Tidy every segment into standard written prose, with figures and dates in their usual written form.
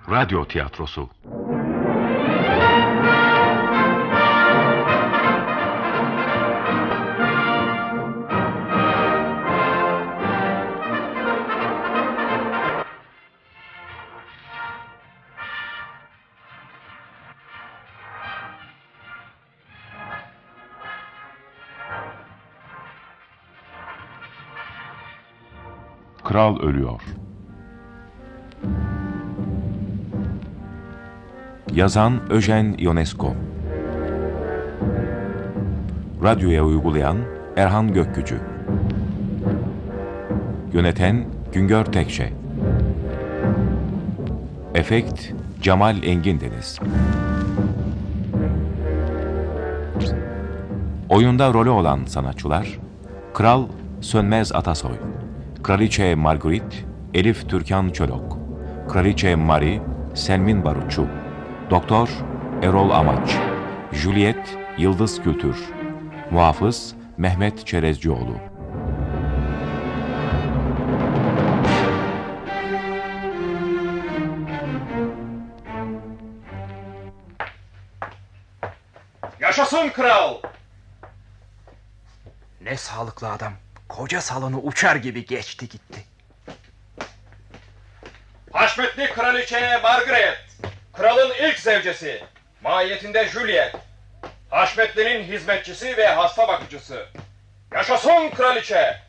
Radyo tiyatrosu. Kral ölüyor. Yazan Öjen Ionesco. Radyoya uygulayan Erhan Gökgücü. Yöneten Güngör Tekşe. Efekt Cemal Engindeniz. Oyunda rolü olan sanatçılar: Kral Sönmez Atasoy, Kraliçe Marguerite Elif Türkan Çolok, Kraliçe Marie Selmin Barutçu, Doktor Erol Amaç, Juliet Yıldız Kültür, Muhafız Mehmet Çerezcioğlu. Yaşasın kral! Ne sağlıklı adam. Koca salonu uçar gibi geçti gitti. Haşmetli Kraliçe Margaret, kralın ilk zevcesi, mahiyetinde Juliet, Haşmetli'nin hizmetçisi ve hasta bakıcısı. Yaşasın kraliçe!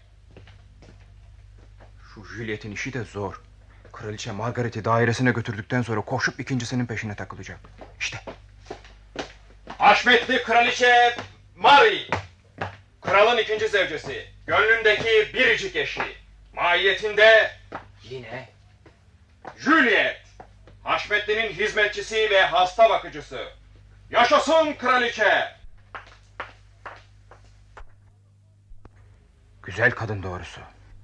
Şu Juliet'in işi de zor. Kraliçe Margaret'i dairesine götürdükten sonra koşup ikincisinin peşine takılacak. İşte. Haşmetli Kraliçe Marie, kralın ikinci zevcesi, gönlündeki biricik eşi, mahiyetinde Yine Juliet, Haşmetli'nin hizmetçisi ve hasta bakıcısı. Yaşasın kraliçe! güzel kadın doğrusu.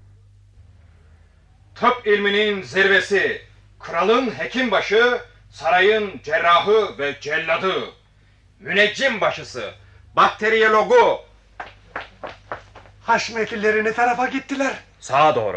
Tıp ilminin zirvesi, kralın hekimbaşı, sarayın cerrahı ve celladı, müneccim başısı, bakteriyologu. Haşmetlileri ne tarafa gittiler? Sağa doğru.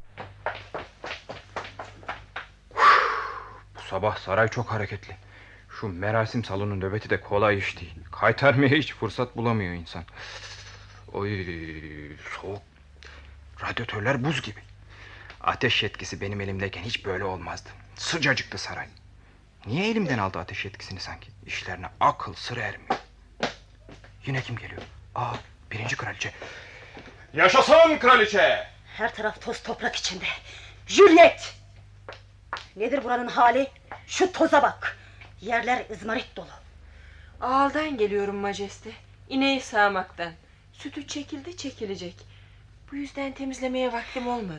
Bu sabah saray çok hareketli. Şu merasim salonu nöbeti de kolay iş değil. Kaytarmaya hiç fırsat bulamıyor insan. Oy, soğuk. Radyatörler buz gibi. Ateş yetkisi benim elimdeyken hiç böyle olmazdı. Sıcacıktı saray. Niye elimden aldı ateş yetkisini sanki? İşlerine akıl sır ermiyor. Yine kim geliyor? Birinci kraliçe. Yaşasın kraliçe! Her taraf toz toprak içinde. Juliet! Nedir buranın hali? Şu toza bak. Yerler izmarit dolu. Ağaldan geliyorum majeste. İneği sağmaktan. Sütü çekildi çekilecek. Bu yüzden temizlemeye vaktim olmadı.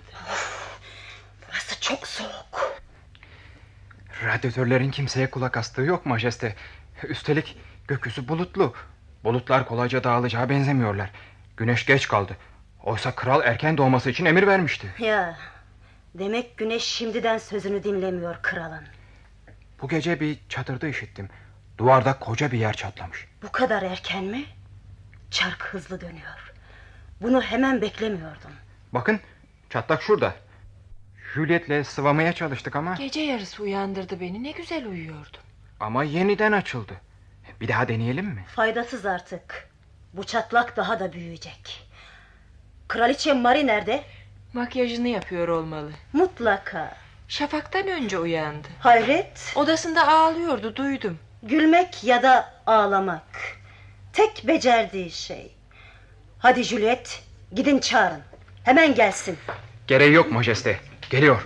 Burası çok soğuk. Radyatörlerin kimseye kulak astığı yok majeste. Üstelik gökyüzü bulutlu. Bulutlar kolayca dağılacağı benzemiyorlar. Güneş geç kaldı. Oysa kral erken doğması için emir vermişti. Ya, demek güneş şimdiden sözünü dinlemiyor kralın. Bu gece bir çatırdı işittim. Duvarda koca bir yer çatlamış. Bu kadar erken mi? Çark hızlı dönüyor. Bunu hemen beklemiyordum. Bakın, çatlak şurada. Juliet'le sıvamaya çalıştık ama... Gece yarısı uyandırdı beni. Ne güzel uyuyordum. Ama yeniden açıldı. Bir daha deneyelim mi? Faydasız artık. Bu çatlak daha da büyüyecek. Kraliçe Marie nerede? Makyajını yapıyor olmalı. Mutlaka. Şafaktan önce uyandı. Hayret. Odasında ağlıyordu, duydum. Gülmek ya da ağlamak. Tek becerdiği şey. Hadi Juliet, gidin çağırın. Hemen gelsin. Gereği yok majeste. Geliyor.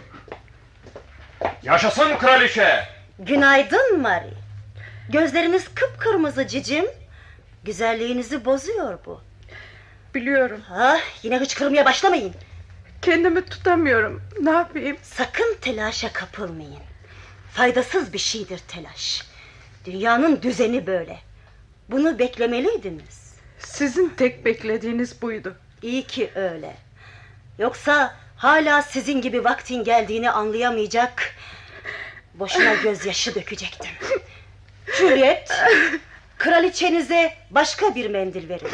Yaşasın kraliçe! Günaydın Marie. Gözleriniz kıpkırmızı cicim. Güzelliğinizi bozuyor bu. Biliyorum. Yine hıçkırmaya başlamayın. Kendimi tutamıyorum. Ne yapayım? Sakın telaşa kapılmayın. Faydasız bir şeydir telaş. Dünyanın düzeni böyle. Bunu beklemeliydiniz. Sizin tek beklediğiniz buydu. İyi ki öyle. Yoksa hala sizin gibi vaktin geldiğini anlayamayacak, boşuna gözyaşı dökecektim. Juliet, kraliçenize başka bir mendil verin.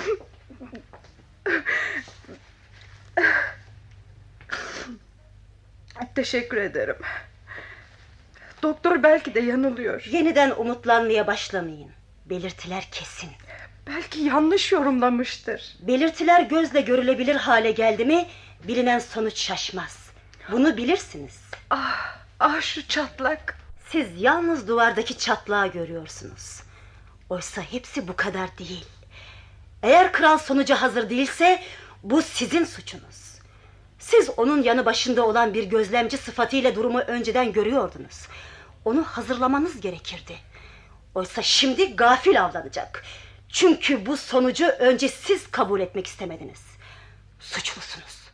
Teşekkür ederim. Doktor belki de yanılıyor. Yeniden umutlanmaya başlamayın. Belirtiler kesin. Belki yanlış yorumlamıştır. Belirtiler gözle görülebilir hale geldi mi bilinen sonuç şaşmaz. Bunu bilirsiniz. Ah şu çatlak. Siz yalnız duvardaki çatlağı görüyorsunuz. Oysa hepsi bu kadar değil. Eğer kral sonuca hazır değilse bu sizin suçunuz. Siz onun yanı başında olan bir gözlemci sıfatıyla durumu önceden görüyordunuz. Onu hazırlamanız gerekirdi. Oysa şimdi gafil avlanacak. Çünkü bu sonucu önce siz kabul etmek istemediniz. Suçlusunuz.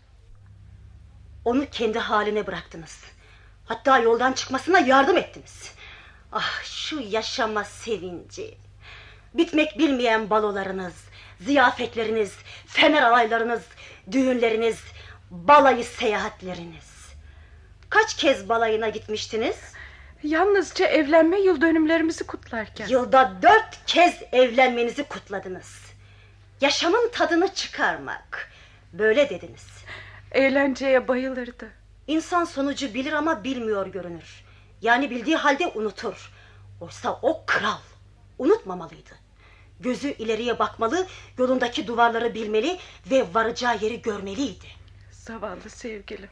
Onu kendi haline bıraktınız. Hatta yoldan çıkmasına yardım ettiniz. Ah şu yaşama sevinci. Bitmek bilmeyen balolarınız, ziyafetleriniz, fener alaylarınız, düğünleriniz, balayı seyahatleriniz. Kaç kez balayına gitmiştiniz? Yalnızca evlenme yıl dönümlerimizi kutlarken. Yılda 4 kez evlenmenizi kutladınız. Yaşamın tadını çıkarmak. Böyle dediniz. Eğlenceye bayılırdı. İnsan sonucu bilir ama bilmiyor görünür. Yani bildiği halde unutur. Oysa o kral unutmamalıydı. Gözü ileriye bakmalı, yolundaki duvarları bilmeli ve varacağı yeri görmeliydi. Zavallı sevgilim.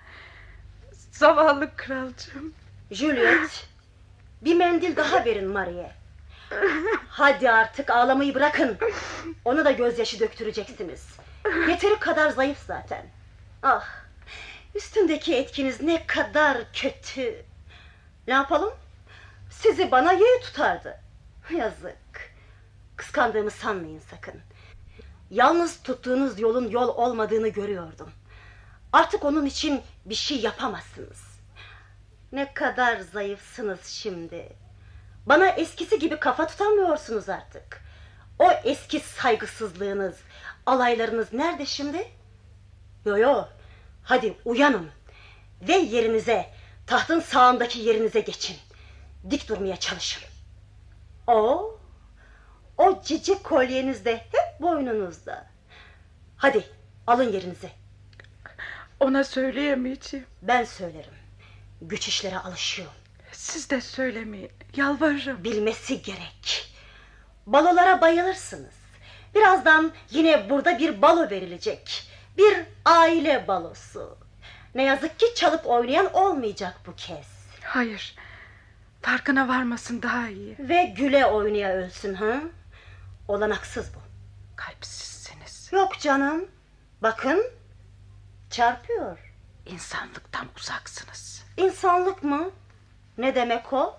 Zavallı kralcığım. Juliet, bir mendil daha verin Marie'ye. Hadi artık ağlamayı bırakın. Ona da gözyaşı döktüreceksiniz. Yeteri kadar zayıf zaten. Ah, üstündeki etkiniz ne kadar kötü. Ne yapalım? Sizi bana yeğ tutardı. Yazık. Kıskandığımı sanmayın sakın. Yalnız tuttuğunuz yolun yol olmadığını görüyordum. Artık onun için bir şey yapamazsınız. Ne kadar zayıfsınız şimdi. Bana eskisi gibi kafa tutamıyorsunuz artık. O eski saygısızlığınız, alaylarınız nerede şimdi? Yo, hadi uyanın. Ve yerinize, tahtın sağındaki yerinize geçin. Dik durmaya çalışın. O cici kolyeniz de hep boynunuzda. Hadi alın yerinize. Ona söyleyemeyeceğim. Ben söylerim. Güç işlere alışıyor. Siz de söylemeyin. Yalvarırım. Bilmesi gerek. Balolara bayılırsınız. Birazdan yine burada bir balo verilecek. Bir aile balosu. Ne yazık ki çalıp oynayan olmayacak bu kez. Hayır. Farkına varmasın daha iyi. Ve güle oynaya ölsün ha? Olanaksız bu. Kalpsizsiniz. Yok canım. Bakın. Çarpıyor. İnsanlıktan uzaksınız. İnsanlık mı? Ne demek o?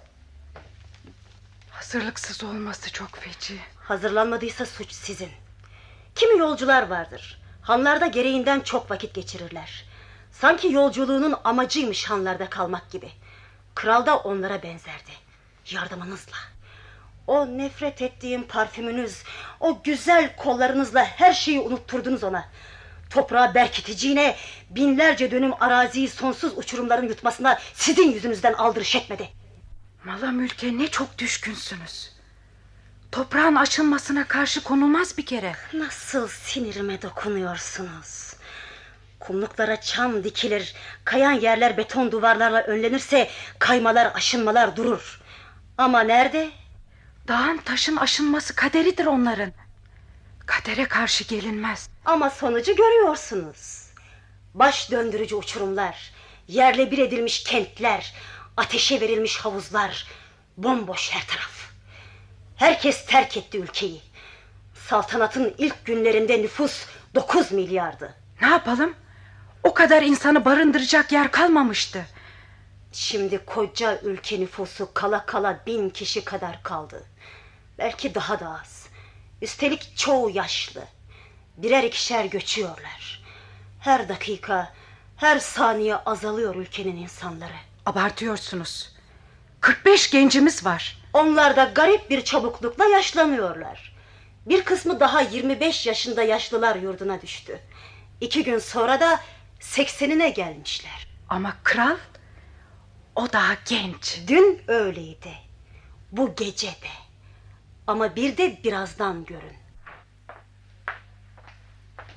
Hazırlıksız olması çok feci. Hazırlanmadıysa suç sizin. Kimi yolcular vardır. Hanlarda gereğinden çok vakit geçirirler. Sanki yolculuğunun amacıymış hanlarda kalmak gibi. Kral da onlara benzerdi. Yardımınızla. O nefret ettiğim parfümünüz, o güzel kollarınızla her şeyi unutturdunuz ona. Toprağı berkiticiğine, binlerce dönüm araziyi sonsuz uçurumların yutmasına sizin yüzünüzden aldırış etmedi. Mala mülke ne çok düşkünsünüz. Toprağın aşınmasına karşı konulmaz bir kere. Nasıl sinirime dokunuyorsunuz. Kumluklara çam dikilir, kayan yerler beton duvarlarla önlenirse kaymalar, aşınmalar durur. Ama nerede? Dağın taşın aşınması kaderidir onların. Kadere karşı gelinmez. Ama sonucu görüyorsunuz. Baş döndürücü uçurumlar, yerle bir edilmiş kentler, ateşe verilmiş havuzlar, bomboş her taraf. Herkes terk etti ülkeyi. Saltanatın ilk günlerinde nüfus 9 milyardı. Ne yapalım? O kadar insanı barındıracak yer kalmamıştı. Şimdi koca ülke nüfusu kala kala 1000 kişi kadar kaldı. Belki daha da az. Üstelik çoğu yaşlı. Birer ikişer göçüyorlar. Her dakika, her saniye azalıyor ülkenin insanları. Abartıyorsunuz. 45 gencimiz var. Onlar da garip bir çabuklukla yaşlanıyorlar. Bir kısmı daha 25 yaşında yaşlılar yurduna düştü. 2 gün sonra da 80'ine gelmişler. Ama kral, o daha genç. Dün öyleydi. Bu gece de. Ama bir de birazdan görün.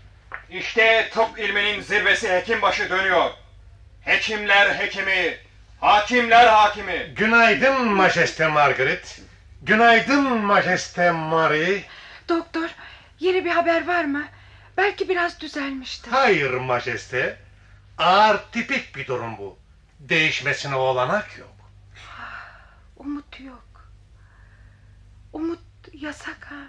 İşte tıp ilminin zirvesi Hekimbaşı dönüyor. Hekimler hekimi, Hakimler hakimi. Günaydın Majeste Margaret. Günaydın Majeste Marie. Doktor, yeni bir haber var mı? Belki biraz düzelmiştir. Hayır Majeste. Ağır tipik bir durum bu. Değişmesine olanak yok. Umut yok. Umut yasak ha.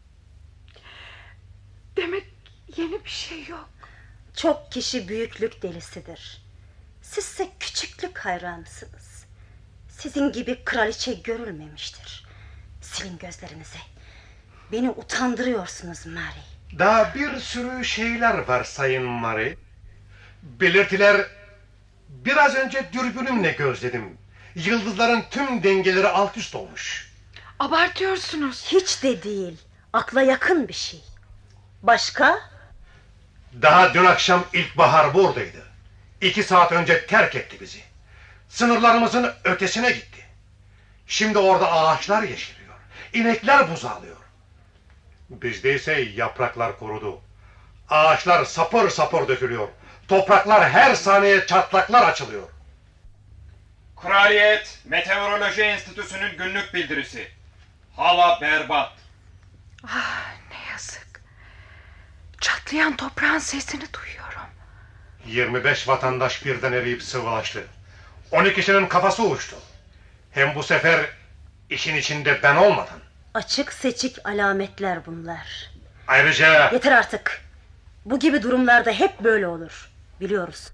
Demek yeni bir şey yok. Çok kişi büyüklük delisidir. Sizse küçüklük hayranısınız. Sizin gibi kraliçe görülmemiştir. Silin gözlerinizi. Beni utandırıyorsunuz Mary. Daha bir sürü şeyler var Sayın Marie. Belirtiler biraz önce dürbünümle gözledim. Yıldızların tüm dengeleri alt üst olmuş. Abartıyorsunuz. Hiç de değil. Akla yakın bir şey. Başka? Daha dün akşam ilkbahar buradaydı. 2 saat önce terk etti bizi. Sınırlarımızın ötesine gitti. Şimdi orada ağaçlar yeşeriyor. İnekler buzağlıyor. Bizde ise yapraklar kurudu. Ağaçlar sapır sapır dökülüyor. Topraklar her saniye çatlaklar açılıyor. Kraliyet Meteoroloji Enstitüsü'nün günlük bildirisi. Hava berbat. Ah, ne yazık. Çatlayan toprağın sesini duyuyorum. 25 vatandaş birden eriyip sıvılaştı. 12 kişinin kafası uçtu. Hem bu sefer işin içinde ben olmadan. Açık seçik alametler bunlar. Ayrıca Yeter artık. Bu gibi durumlarda hep böyle olur. Biliyoruz.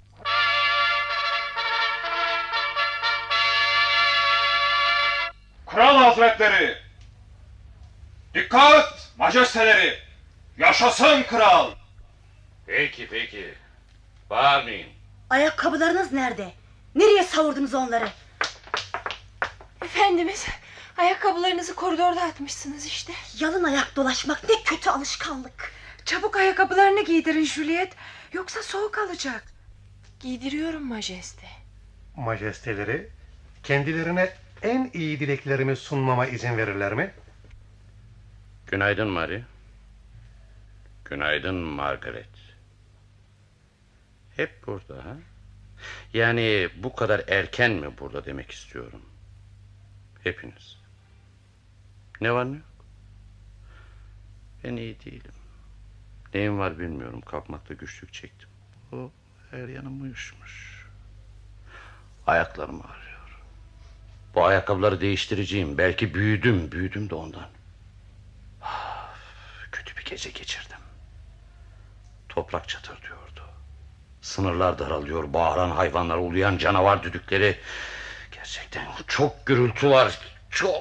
Kral Hazretleri. Dikkat majesteleri. Yaşasın kral. Peki. Bağırmayın. Ayakkabılarınız nerede? Nereye savurdunuz onları? Efendimiz, ayakkabılarınızı koridorda atmışsınız işte. Yalın ayak dolaşmak ne kötü alışkanlık. Çabuk ayakkabılarını giydirin Juliet. Yoksa soğuk alacak. Giydiriyorum majeste. majesteleri kendilerine en iyi dileklerimi sunmama izin verirler mi? Günaydın Mary. Günaydın Margaret. Hep burada ha? Yani bu kadar erken mi burada demek istiyorum. Hepiniz. Ne var ne yok? Ben iyi değilim. Neyim var bilmiyorum. Kalkmakta güçlük çektim. O her yanım uyuşmuş. Ayaklarım ağrıyor. Bu ayakkabıları değiştireceğim. Belki büyüdüm de ondan. Kötü bir gece geçirdim. Toprak çatır diyordu. Sınırlar daralıyor. Bağıran hayvanlar, uluyan canavar düdükleri. Gerçekten çok gürültü var. Çok.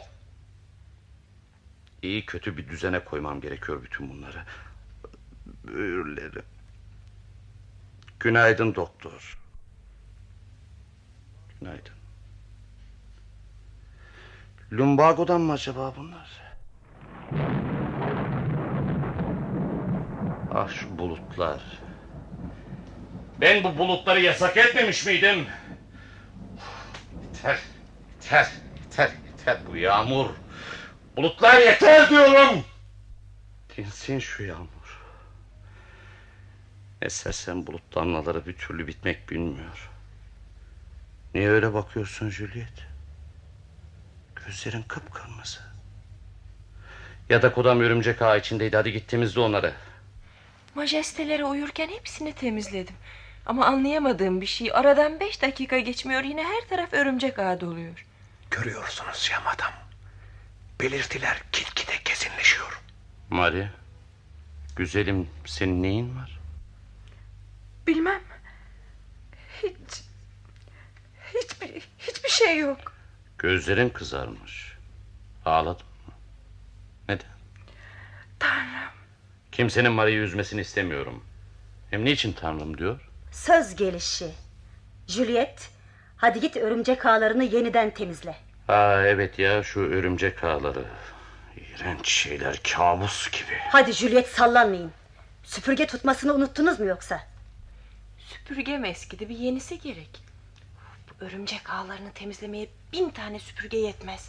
İyi kötü bir düzene koymam gerekiyor bütün bunları. Böğürleri. Günaydın doktor. Günaydın. Lumbago'dan mı acaba bunlar? Ah şu bulutlar. Ben bu bulutları yasak etmemiş miydim? Yeter bu yağmur. Bulutlar yeter diyorum. Dinsin şu yağmur. Esersen bulut damlaları bir türlü bitmek bilmiyor. Niye öyle bakıyorsun Juliet? Gözlerin kıpkırmızı. Yatak odam örümcek ağı içindeydi. Hadi gittiğimizde onları. Majesteleri uyurken hepsini temizledim. Ama anlayamadığım bir şey. Aradan 5 dakika geçmiyor, yine her taraf örümcek ağı doluyor. Görüyorsunuz ya madam. Belirtiler gitgide kesinleşiyor. Mary, güzelim, senin neyin var? Bilmem. Hiçbir şey yok. Gözlerin kızarmış. Ağladın mı? Neden? Tanrım. Kimsenin Mary'i üzmesini istemiyorum. Hem niçin Tanrım diyor? Söz gelişi. Juliet, hadi git örümcek ağlarını yeniden temizle. Evet ya, şu örümcek ağları. İğrenç şeyler, kabus gibi. Hadi Juliet, sallanmayın. Süpürge tutmasını unuttunuz mu yoksa? Süpürgem eskidi, bir yenisi gerek. Bu örümcek ağlarını temizlemeye 1000 tane süpürge yetmez.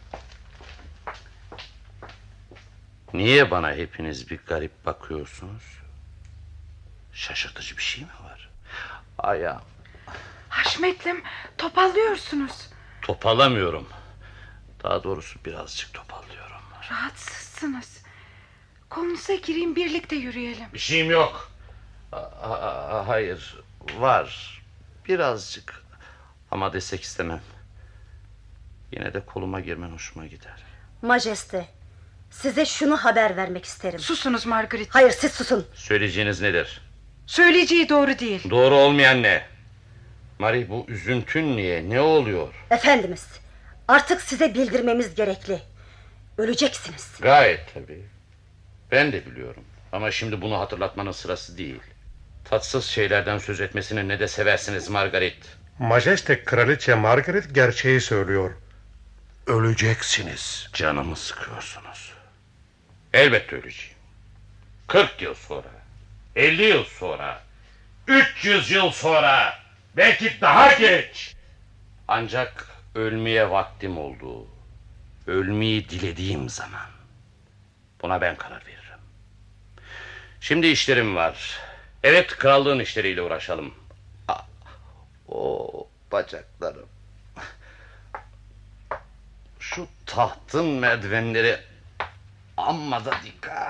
Niye bana hepiniz bir garip bakıyorsunuz? Şaşırtıcı bir şey mi var? Ayağım. Haşmetlim, topallıyorsunuz. Toparlamıyorum. Daha doğrusu birazcık toparlıyorum. Rahatsızsınız. Kolunuza gireyim, birlikte yürüyelim. Bir şeyim yok. Hayır, var. Birazcık. Ama destek istemem. Yine de koluma girmen hoşuma gider. Majeste, size şunu haber vermek isterim. Susunuz Margaret. Hayır, siz susun. Söyleyeceğiniz nedir? Söyleyeceği doğru değil. Doğru olmayan ne? Marie, bu üzüntün niye? Ne oluyor? Efendimiz, artık size bildirmemiz gerekli. Öleceksiniz. Gayet tabii. Ben de biliyorum. Ama şimdi bunu hatırlatmanın sırası değil. Tatsız şeylerden söz etmesini ne de seversiniz Margaret. Majeste Kraliçe Margaret gerçeği söylüyor. Öleceksiniz. Canımı sıkıyorsunuz. Elbette öleceğim. 40 yıl sonra, 50 yıl sonra, 300 yıl sonra, belki daha geç. Ancak ölmeye vaktim olduğu, ölmeyi dilediğim zaman. Buna ben karar veririm. Şimdi işlerim var. Evet, krallığın işleriyle uğraşalım. O bacaklarım. Şu tahtın merdivenleri amma da dikkat.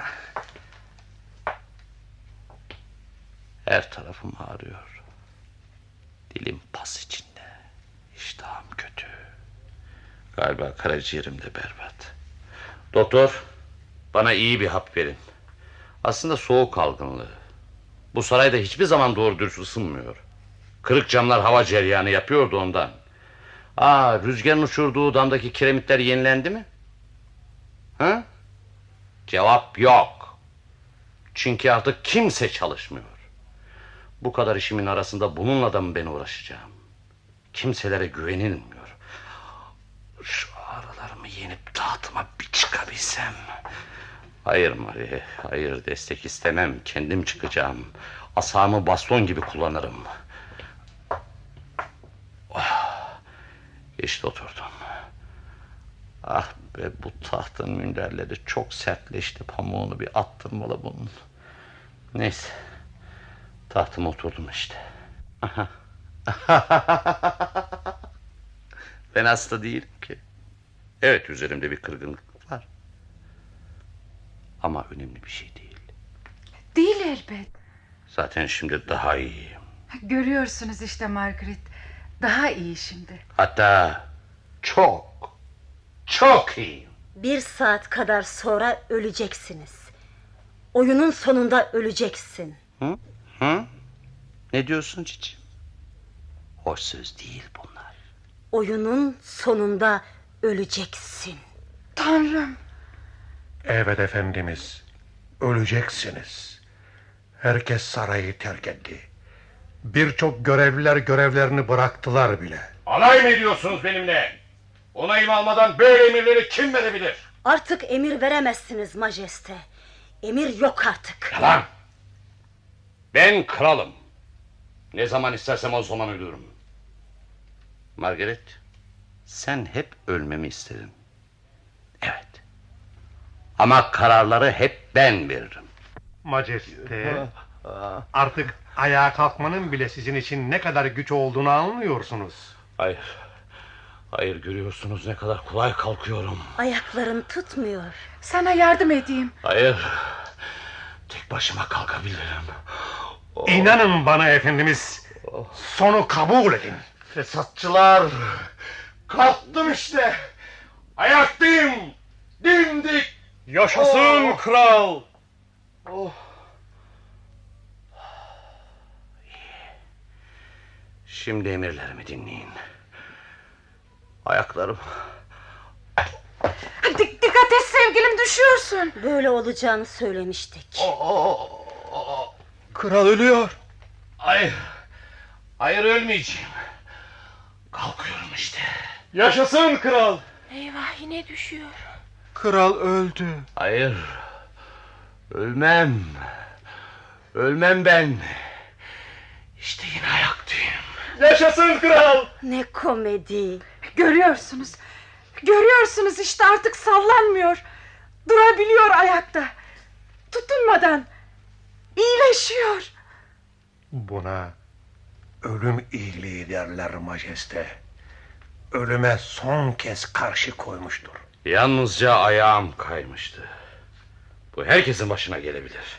Her tarafım ağrıyor. Dilim pas içinde. İştahım kötü. Galiba karaciğerim de berbat. Doktor, bana iyi bir hap verin. Aslında soğuk algınlığı. Bu sarayda hiçbir zaman doğru dürüst ısınmıyor. Kırık camlar hava cereyanı yapıyordu ondan. Rüzgarın uçurduğu damdaki kiremitler yenilendi mi? Ha? Cevap yok. Çünkü artık kimse çalışmıyor. Bu kadar işimin arasında bununla da mı ben uğraşacağım? Kimselere güvenilmiyor. Şu ağrılarımı yenip tahtıma bir çıkabilsem. Hayır Marie, hayır, destek istemem. Kendim çıkacağım. Asamı baston gibi kullanırım. İşte oturdum. Ah be, bu tahtın minderleri çok sertleşti. Pamuğunu bir attırmalı bunun. Neyse, tahtıma oturdum işte. Ben hasta değilim ki. Evet, üzerimde bir kırgınlık var. Ama önemli bir şey değil. Değil elbet. Zaten şimdi daha iyiyim. Görüyorsunuz işte Margaret. Daha iyi şimdi. Hatta çok iyiyim. 1 saat kadar sonra öleceksiniz. Oyunun sonunda öleceksin. Hı? Ne diyorsun cicim? Hoş söz değil bunlar. Oyunun sonunda öleceksin. Tanrım. Evet efendimiz. Öleceksiniz. Herkes sarayı terk etti. Birçok görevliler görevlerini bıraktılar bile. Alay mı ediyorsunuz benimle? Onayım almadan böyle emirleri kim verebilir? Artık emir veremezsiniz majeste. Emir yok artık. Yalan! Ben kralım. Ne zaman istersem o zaman ölürüm. Margaret, sen hep ölmemi istedin. Evet. Ama kararları hep ben veririm. Majeste, artık ayağa kalkmanın bile sizin için ne kadar güç olduğunu anlıyorsunuz. Hayır. Hayır, görüyorsunuz ne kadar kolay kalkıyorum. Ayakların tutmuyor. Sana yardım edeyim. Hayır. Tek başıma kalkabilirim. İnanın bana efendimiz. Sonu kabul edin. Fesatçılar! Kalktım işte! Ayaktayım! Dimdik! Yaşasın kral! Şimdi emirlerimi dinleyin. Ayaklarım. Dikkat et sevgilim, düşüyorsun. Böyle olacağını söylemiştik. Kral ölüyor. Hayır. Hayır, ölmeyeceğim. Kalkıyorum işte. Yaşasın kral! Eyvah, yine düşüyor. Kral öldü. Hayır. Ölmem. Ölmem ben. İşte yine ayaktayım. Yaşasın kral! Ne komedi. Görüyorsunuz. Görüyorsunuz işte, artık sallanmıyor. Durabiliyor ayakta. Tutunmadan. İyileşiyor. Buna ölüm iyiliği derler majeste. Ölüme son kez karşı koymuştur. Yalnızca ayağım kaymıştı. Bu herkesin başına gelebilir.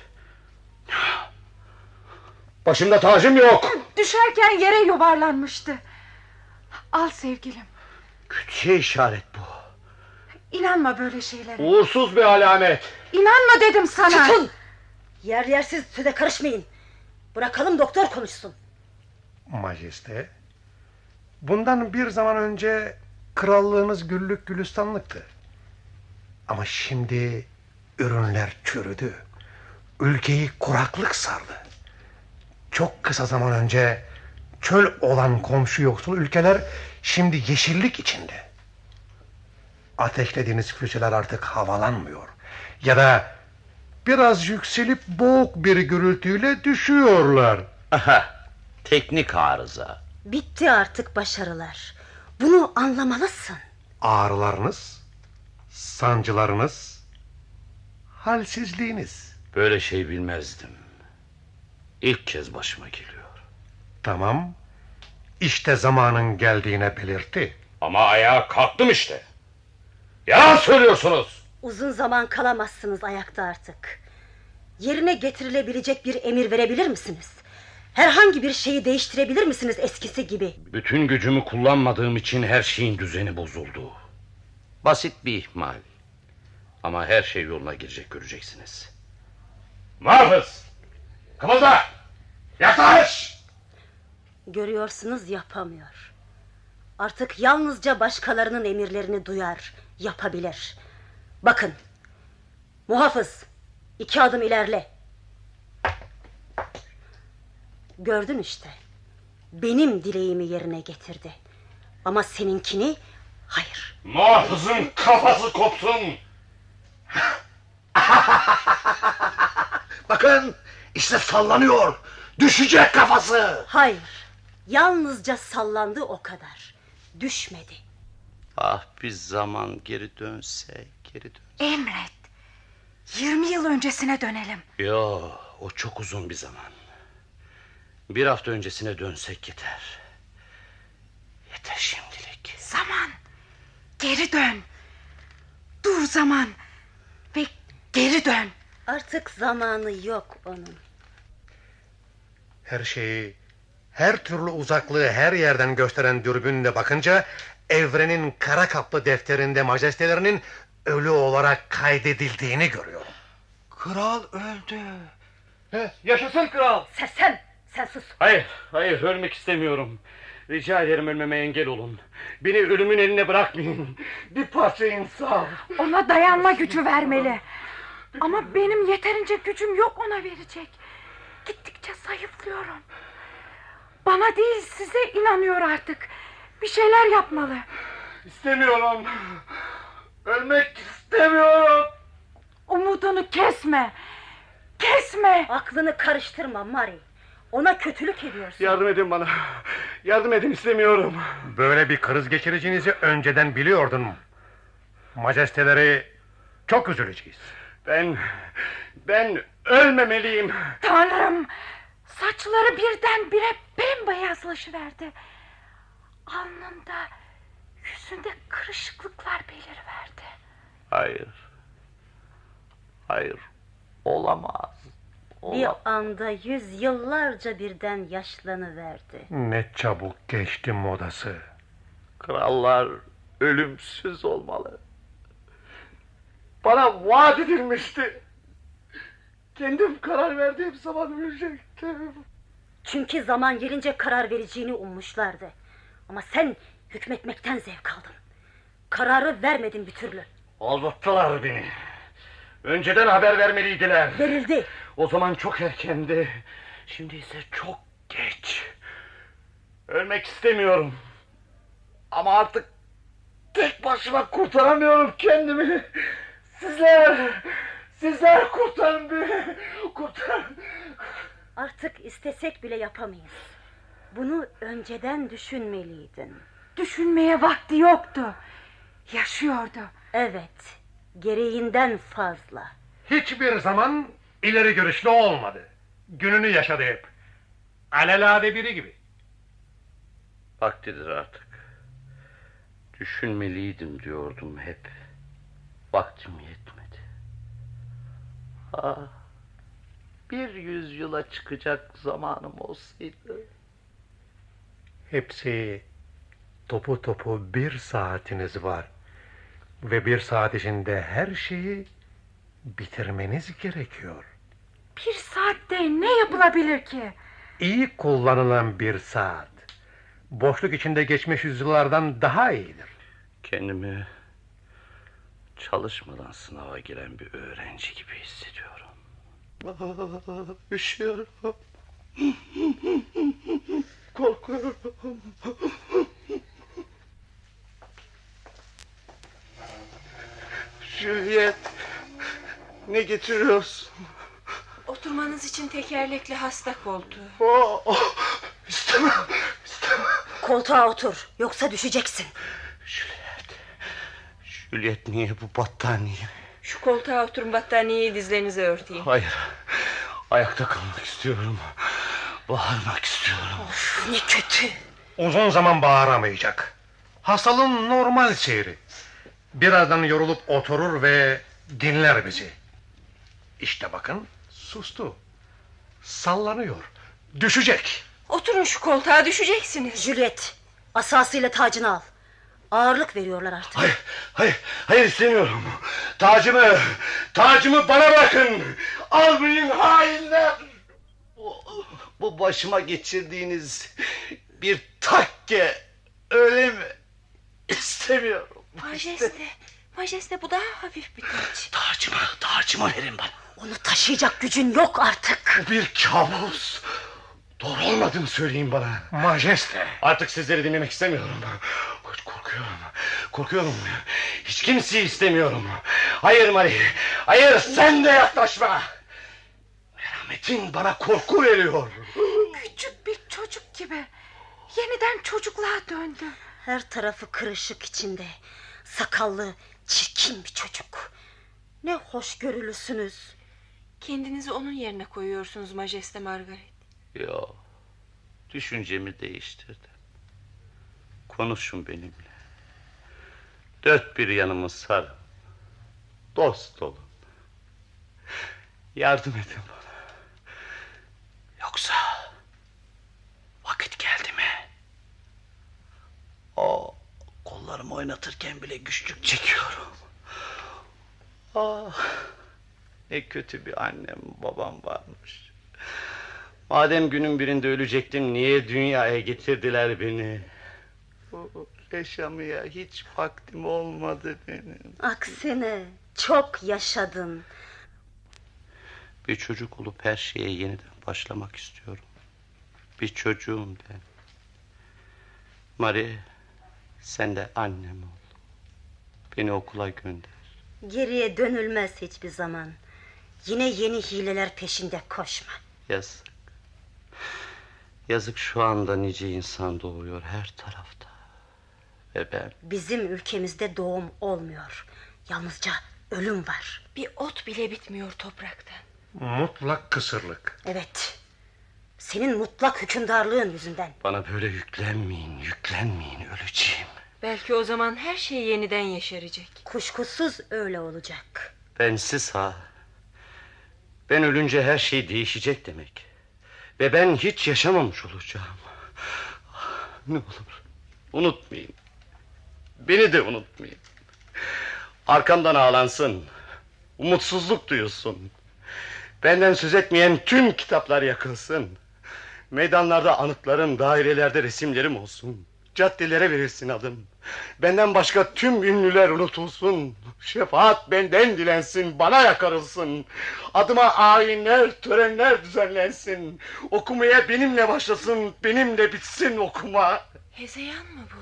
Başımda tacım yok. Düşerken yere yuvarlanmıştı. Al sevgilim. Kötüye işaret bu. İnanma böyle şeylere. Uğursuz bir alamet. İnanma dedim sana. Tutun! Yer yersiz söze karışmayın. Bırakalım doktor konuşsun. Majeste, bundan bir zaman önce krallığınız güllük gülistanlıktı. Ama şimdi ürünler çürüdü. Ülkeyi kuraklık sardı. Çok kısa zaman önce çöl olan komşu yoksul ülkeler şimdi yeşillik içinde. Ateşlediğiniz füzeler artık havalanmıyor. Ya da biraz yükselip boğuk bir gürültüyle düşüyorlar. Aha, teknik arıza. Bitti artık başarılar. Bunu anlamalısın. Ağrılarınız, sancılarınız, halsizliğiniz. Böyle şey bilmezdim. İlk kez başıma geliyor. Tamam, işte zamanın geldiğine belirtti. Ama ayağa kalktım işte. Yalan söylüyorsunuz. Uzun zaman kalamazsınız ayakta artık. Yerine getirilebilecek bir emir verebilir misiniz? Herhangi bir şeyi değiştirebilir misiniz eskisi gibi? Bütün gücümü kullanmadığım için her şeyin düzeni bozuldu. Basit bir ihmal. Ama her şey yoluna girecek, göreceksiniz. Muhafız! Kımılda! Yaklaş! Görüyorsunuz, yapamıyor. Artık yalnızca başkalarının emirlerini duyar, yapabilir. Bakın, muhafız, 2 adım ilerle. Gördün işte, benim dileğimi yerine getirdi. Ama seninkini, hayır. Muhafızın kafası kopsun! Bakın, işte sallanıyor. Düşecek kafası. Hayır, yalnızca sallandı o kadar. Düşmedi. Ah, bir zaman geri dönse, geri dönse. Emret. 20 yıl öncesine dönelim. Yo, o çok uzun bir zaman. Bir hafta öncesine dönsek yeter. Yeter şimdilik. Zaman. Geri dön. Dur zaman. Ve geri dön. Artık zamanı yok onun. Her şeyi, her türlü uzaklığı her yerden gösteren dürbünle bakınca evrenin kara kaplı defterinde majestelerinin ölü olarak kaydedildiğini görüyorum. Kral öldü. Yaşasın kral! Sen sus. Hayır, ölmek istemiyorum. Rica ederim, ölmeme engel olun. Beni ölümün eline bırakmayın. Bir parça insaf. Ona dayanma gücü vermeli. Ama benim yeterince gücüm yok ona verecek. Gittikçe zayıflıyorum. Bana değil size inanıyor artık. Bir şeyler yapmalı. İstemiyorum. Ölmek istemiyorum. Umudunu kesme. Kesme. Aklını karıştırma Mari. Ona kötülük ediyorsun. Yardım edin bana. Yardım edin, istemiyorum. Böyle bir kriz geçireceğinizi önceden biliyordum. Majesteleri çok üzüleceğiz. Ben ölmemeliyim. Tanrım. Saçları birdenbire bembeyazlaşıverdi. Alnında, yüzünde kırışıklıklar beliriverdi. Hayır. Olamaz. Bir anda yüzyıllarca birden yaşlanıverdi. Ne çabuk geçti modası. Krallar ölümsüz olmalı. Bana vaat edilmişti. Kendim karar verdiğim zaman ölecektim. Çünkü zaman gelince karar vereceğini ummuşlardı. Ama sen hükmetmekten zevk aldın. Kararı vermedin bir türlü. Aldattılar beni. Önceden haber vermeliydiler. Verildi. O zaman çok erkendi. Şimdi ise çok geç. Ölmek istemiyorum. Ama artık tek başıma kurtaramıyorum kendimi. Sizler kurtarın beni. Kurtarın. Artık istesek bile yapamayız. Bunu önceden düşünmeliydin. Düşünmeye vakti yoktu. Yaşıyordu. Evet, gereğinden fazla. Hiçbir zaman ileri görüşlü olmadı. Gününü yaşadı hep. Alelade biri gibi. Vaktidir artık. Düşünmeliydim diyordum hep. Vaktim yetmedi. Ah, bir yüzyıla çıkacak zamanım olsaydı. Hepsi topu topu 1 saatiniz var. Ve 1 saat içinde her şeyi bitirmeniz gerekiyor. 1 saatte ne yapılabilir ki? İyi kullanılan 1 saat. Boşluk içinde geçmiş yüzyıllardan daha iyidir. Kendimi çalışmadan sınava giren bir öğrenci gibi hissediyorum. Üşüyorum. Korkuyorum. Juliet, ne getiriyorsun? Oturmanız için tekerlekli hasta koltuğu. İstemem. Koltuğa otur, yoksa düşeceksin. Juliet, niye bu battaniye? Şu koltuğa oturun, battaniyeyi dizlerinize örteyim. Hayır, ayakta kalmak istiyorum. Bağırmak istiyorum. Of, ne kötü. Uzun zaman bağıramayacak. Hastalığın normal seyri. Birazdan yorulup oturur ve dinler bizi. İşte bakın, sustu. Sallanıyor. Düşecek. Oturun şu koltuğa, düşeceksiniz. Juliet, asasıyla tacını al. Ağırlık veriyorlar artık. Hayır istemiyorum. Tacımı bana bırakın. Almayın hainler. Bu başıma geçirdiğiniz bir takke, öyle mi? İstemiyorum. Majeste, bu daha hafif bir taç. Tacımı verin bana. Onu taşıyacak gücün yok artık. Bu bir kabus. Doğru olmadığını söyleyin bana. Majeste. Artık sizleri dinlemek istemiyorum. Korkuyorum. Hiç kimseyi istemiyorum. Hayır Marie. Hayır, sen de yaklaşma. Merhametin bana korku veriyor. Küçük bir çocuk gibi. Yeniden çocukluğa döndü. Her tarafı kırışık içinde. Sakallı, çirkin bir çocuk. Ne hoşgörülüsünüz. Kendinizi onun yerine koyuyorsunuz Majeste Margaret. Yo, düşüncemi değiştirdim. Konuşun benimle. Dört bir yanımı sarın. Dost olun. Yardım edin bana. Yoksa vakit geldi mi? Kollarımı oynatırken bile güçlük çekiyorum. Ne kötü bir annem babam varmış. Madem günün birinde ölecektim, niye dünyaya getirdiler beni? Yaşamaya hiç vaktim olmadı benim. Aksine çok yaşadın. Bir çocuk olup her şeye yeniden başlamak istiyorum. Bir çocuğum ben. Marie, sen de annem ol. Beni okula gönder. Geriye dönülmez hiçbir zaman. Yine yeni hileler peşinde koşma. Yazık. Yazık, şu anda nice insan doğuyor her tarafta. Ve ben... Bizim ülkemizde doğum olmuyor. Yalnızca ölüm var. Bir ot bile bitmiyor topraktan. Mutlak kısırlık. Evet. Senin mutlak hükümdarlığın yüzünden. Bana böyle yüklenmeyin, öleceğim. Belki o zaman her şey yeniden yeşerecek. Kuşkusuz öyle olacak. Bensiz ha. Ben ölünce her şey değişecek demek. Ve ben hiç yaşamamış olacağım. Ne olur unutmayın. Beni de unutmayın. Arkamdan ağlansın. Umutsuzluk duyulsun. Benden söz etmeyen tüm kitaplar yakılsın. Meydanlarda anıtlarım, dairelerde resimlerim olsun. Caddelere verilsin adım. Benden başka tüm ünlüler unutulsun. Şefaat benden dilensin, bana yakarılsın. Adıma ayinler, törenler düzenlensin. Okumaya benimle başlasın, benimle bitsin okuma. Hezeyan mı bu?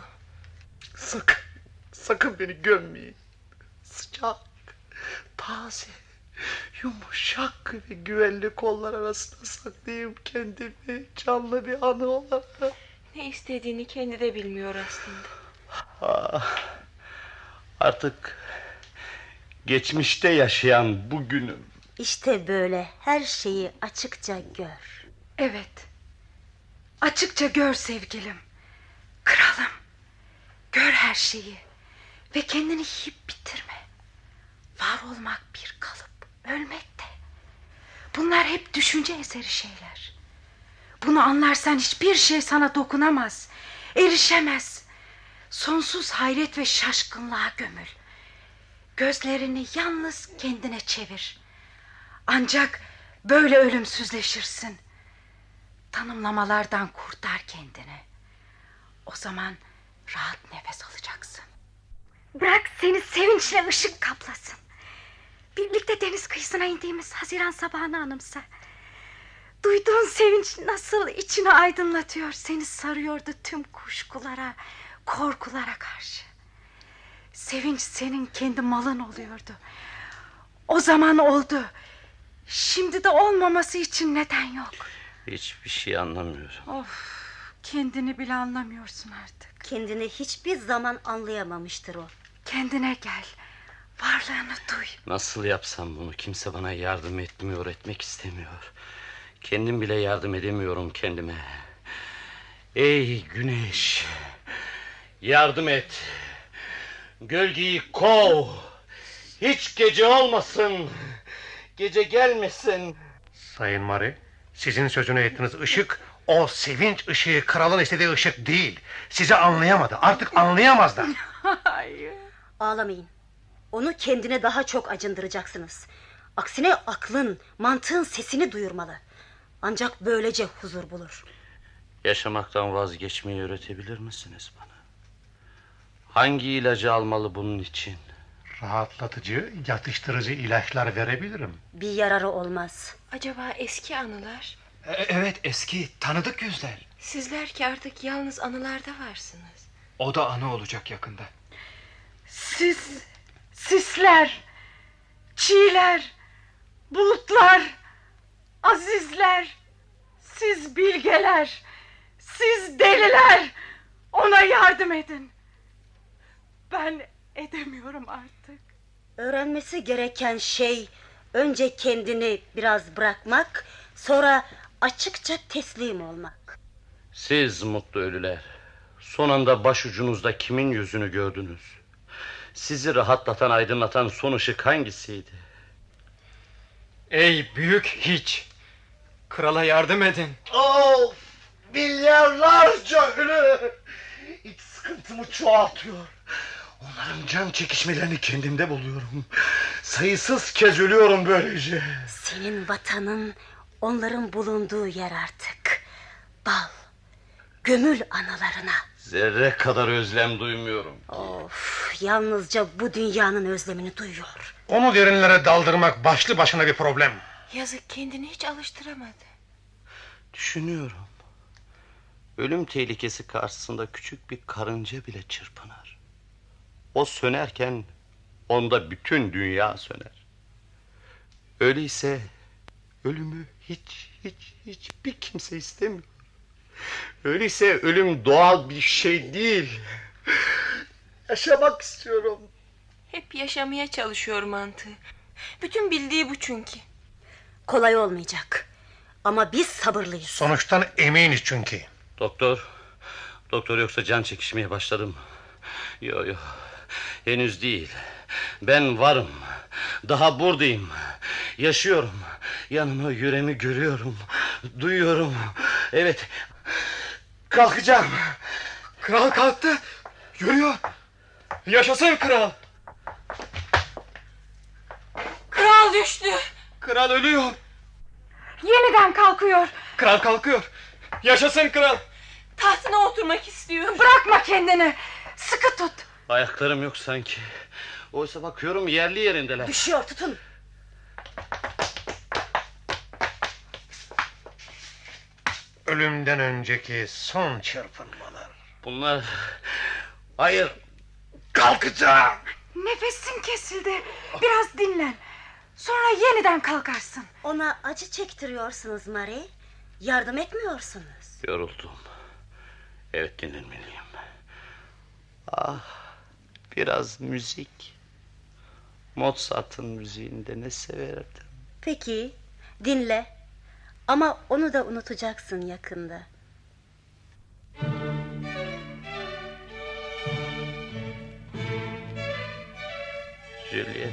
Sakın beni gömmeyin. Sıcak, taze, yumuşak ve güvenli kollar arasında saklayayım kendimi, canlı bir anı olarak. Ne istediğini kendi de bilmiyor aslında. Artık geçmişte yaşayan bugünüm. İşte böyle her şeyi açıkça gör. Evet. Açıkça gör sevgilim. her şeyi ve kendini yiyip bitirme. Var olmak bir kalıp, ölmek de. Bunlar hep düşünce eseri şeyler. Bunu anlarsan hiçbir şey sana dokunamaz, erişemez. Sonsuz hayret ve şaşkınlığa gömül. Gözlerini yalnız kendine çevir. Ancak böyle ölümsüzleşirsin. Tanımlamalardan kurtar kendini. O zaman rahat nefes alacaksın. Bırak seni sevinçle ışık kaplasın. Birlikte deniz kıyısına indiğimiz Haziran sabahını anımsa. Duyduğun sevinç nasıl içini aydınlatıyor, seni sarıyordu tüm kuşkulara, korkulara karşı. Sevinç senin kendi malın oluyordu. O zaman oldu. Şimdi de olmaması için neden yok. Hiçbir şey anlamıyorum. Of, kendini bile anlamıyorsun artık. Kendini hiçbir zaman anlayamamıştır o. Kendine gel. Varlığını duy. Nasıl yapsam bunu? Kimse bana yardım etmiyor, etmek istemiyor. Kendim bile yardım edemiyorum kendime. Ey güneş, yardım et. Gölgeyi kov. Hiç gece olmasın. Gece gelmesin. Sayın Mari, sizin sözünü ettiğiniz ışık o sevinç ışığı, kralın istediği ışık değil. Sizi anlayamadı, artık anlayamaz da. Hayır. Ağlamayın. Onu kendine daha çok acındıracaksınız. Aksine aklın, mantığın sesini duyurmalı. Ancak böylece huzur bulur. Yaşamaktan vazgeçmeyi öğretebilir misiniz bana? Hangi ilacı almalı bunun için? Rahatlatıcı, yatıştırıcı ilaçlar verebilirim. Bir yararı olmaz. Acaba eski anılar? Evet, eski tanıdık yüzler. Sizler ki artık yalnız anılarda varsınız. O da anı olacak yakında. Sisler, çiğler, bulutlar, azizler, siz bilgeler, siz deliler, ona yardım edin. Ben edemiyorum artık. Öğrenmesi gereken şey önce kendini biraz bırakmak, sonra açıkça teslim olmak. Siz mutlu ölüler, son anda başucunuzda kimin yüzünü gördünüz? Sizi rahatlatan, aydınlatan son ışık hangisiydi? Ey büyük hiç! Krala yardım edin. Of! Milyarlarca ölü! İç sıkıntımı çoğaltıyor. Onların can çekişmelerini kendimde buluyorum. Sayısız kez ölüyorum böylece. Senin vatanın onların bulunduğu yer artık. Dal, gömül analarına. Zerre kadar özlem duymuyorum. Of, yalnızca bu dünyanın özlemini duyuyor. Onu derinlere daldırmak başlı başına bir problem. Yazık, kendini hiç alıştıramadı. Düşünüyorum. Ölüm tehlikesi karşısında küçük bir karınca bile çırpınır. O sönerken onda bütün dünya söner. Öyleyse ölümü hiçbir kimse istemiyor. Öyleyse ölüm doğal bir şey değil. Yaşamak istiyorum. Hep yaşamaya çalışıyor mantığı. Bütün bildiği bu çünkü. Kolay olmayacak. Ama biz sabırlıyız. Sonuçtan eminiz çünkü. Doktor yoksa can çekişmeye başladım. Yok, henüz değil. Ben varım. Daha buradayım. Yaşıyorum. Yanımı, yüreğimi görüyorum. Duyuyorum. Evet. Kalkacağım. Kral kalktı. Yürüyor. Yaşasın kral. Kral düştü. Kral ölüyor. Yeniden kalkıyor. Kral kalkıyor. Yaşasın kral. Tahtına oturmak istiyor. Bırakma kendini. Sıkı tut. Ayaklarım yok sanki. Oysa bakıyorum yerli yerindeler. Düşüyor, tutun. Ölümden önceki son çırpınmalar. Bunlar... Hayır. Kalkacağım. Nefesin kesildi. Biraz dinlen. Sonra yeniden kalkarsın. Ona acı çektiriyorsunuz Marie. Yardım etmiyorsunuz. Yoruldum. Evet, dinlenmeliyim. Biraz müzik. Mozart'ın müziğinde ne severdim. Peki, dinle. Ama onu da unutacaksın yakında. Juliet,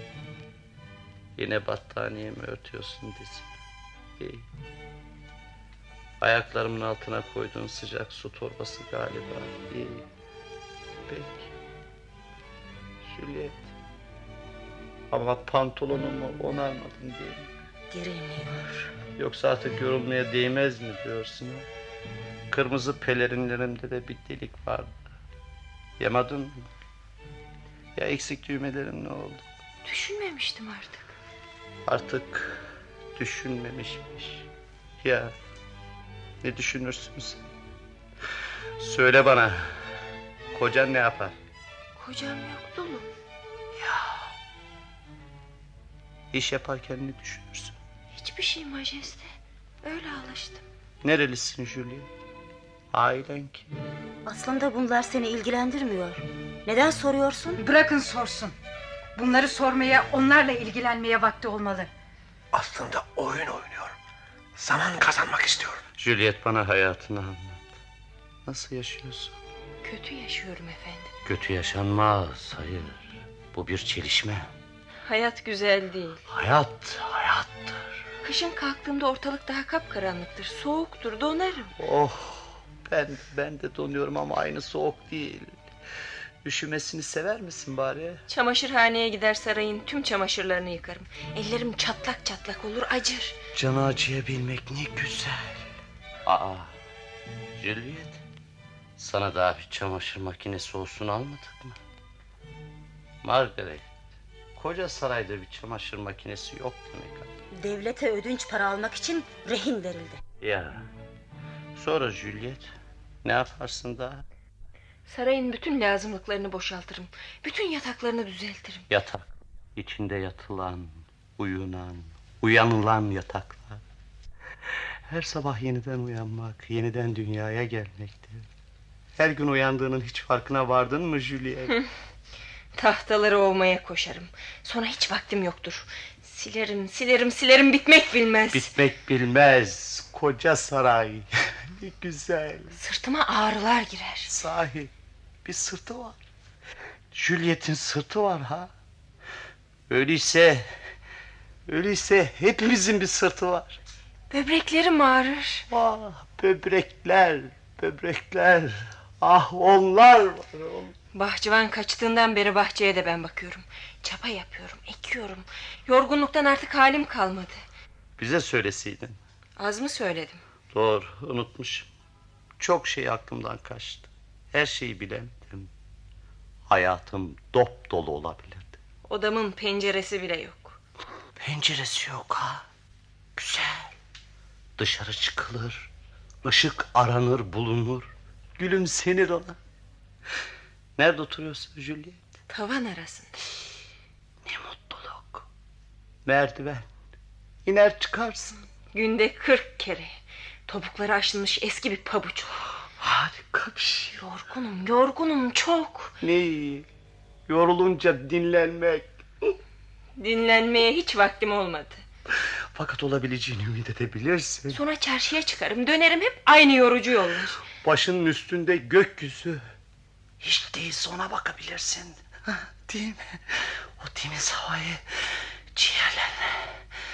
yine battaniyemi örtüyorsun dizime. İyi. Ayaklarımın altına koyduğun sıcak su torbası galiba. İyi. Peki. Juliet. Ama pantolonumu onarmadın değil mi? Gerilmiyor. Yoksa artık yorulmaya değmez mi diyorsun ha? Kırmızı pelerinlerimde de bir delik vardı. Yamadın mı? Ya eksik düğmelerin ne oldu? Düşünmemiştim artık. Artık düşünmemişmiş. Ya ne düşünürsün sen? Söyle bana. Kocan ne yapar? Kocam yok, dolu. İş yaparken ne düşünürsün? Hiçbir şey majeste. Öyle alıştım. Nerelisin Juliet? Ailen kim? Aslında bunlar seni ilgilendirmiyor. Neden soruyorsun? Bırakın sorsun. Bunları sormaya, onlarla ilgilenmeye vakti olmalı. Aslında oyun oynuyor. Zaman kazanmak istiyor. Juliet, bana hayatını anlat. Nasıl yaşıyorsun? Kötü yaşıyorum efendim. Kötü yaşanmaz, hayır. Bu bir çelişme. Hayat güzel değil. Hayat, hayattır. Kışın kalktığımda ortalık daha kapkaranlıktır. Soğuktur, donarım. Oh, ben de donuyorum ama aynı soğuk değil. Üşümesini sever misin bari? Çamaşırhaneye gider, sarayın tüm çamaşırlarını yıkarım. Ellerim çatlak çatlak olur, acır. Canı acıyabilmek ne güzel. Aa, Juliet, sana daha bir çamaşır makinesi olsun almadık mı? Margaret, koca sarayda bir çamaşır makinesi yok demek. Devlete ödünç para almak için rehin verildi. Ya, sonra Juliet, ne yaparsın daha? Sarayın bütün lazımlıklarını boşaltırım. Bütün yataklarını düzeltirim. Yatak, içinde yatılan, uyunan, uyanılan yataklar. Her sabah yeniden uyanmak, yeniden dünyaya gelmektir. Her gün uyandığının hiç farkına vardın mı Juliet? Tahtaları ovmaya koşarım. Sonra hiç vaktim yoktur. Silerim, bitmek bilmez. Bitmek bilmez, koca saray. Ne güzel. Sırtıma ağrılar girer. Sahi, bir sırtı var. Juliet'in sırtı var ha. Öyleyse hepimizin bir sırtı var. Böbreklerim ağrır. Ah, böbrekler. Ah, onlar var. Bahçıvan kaçtığından beri bahçeye de ben bakıyorum. Çapa yapıyorum, ekiyorum. Yorgunluktan artık halim kalmadı. Bize söyleseydin. Az mı söyledim? Doğru, unutmuşum. Çok şey aklımdan kaçtı. Her şeyi bilemedim. Hayatım dop dolu olabilirdi. Odamın penceresi bile yok. Penceresi yok ha. Güzel. Dışarı çıkılır. Işık aranır bulunur. Gülümsenir ona. Nerede oturuyorsun Juliet? Tavan arasında. Ne mutluluk. Merdiven. İner çıkarsın. Günde 40 kere. Topukları aşınmış eski bir pabuç. Harika bir şey. Yorgunum çok. Ne iyi. Yorulunca dinlenmek. Dinlenmeye hiç vaktim olmadı. Fakat olabileceğini ümit edebilirsin. Sonra çarşıya çıkarım, dönerim, hep aynı yorucu yollar. Başının üstünde gökyüzü. Hiç değilse ona bakabilirsin. Değil mi? O temiz havayı ciğerlerine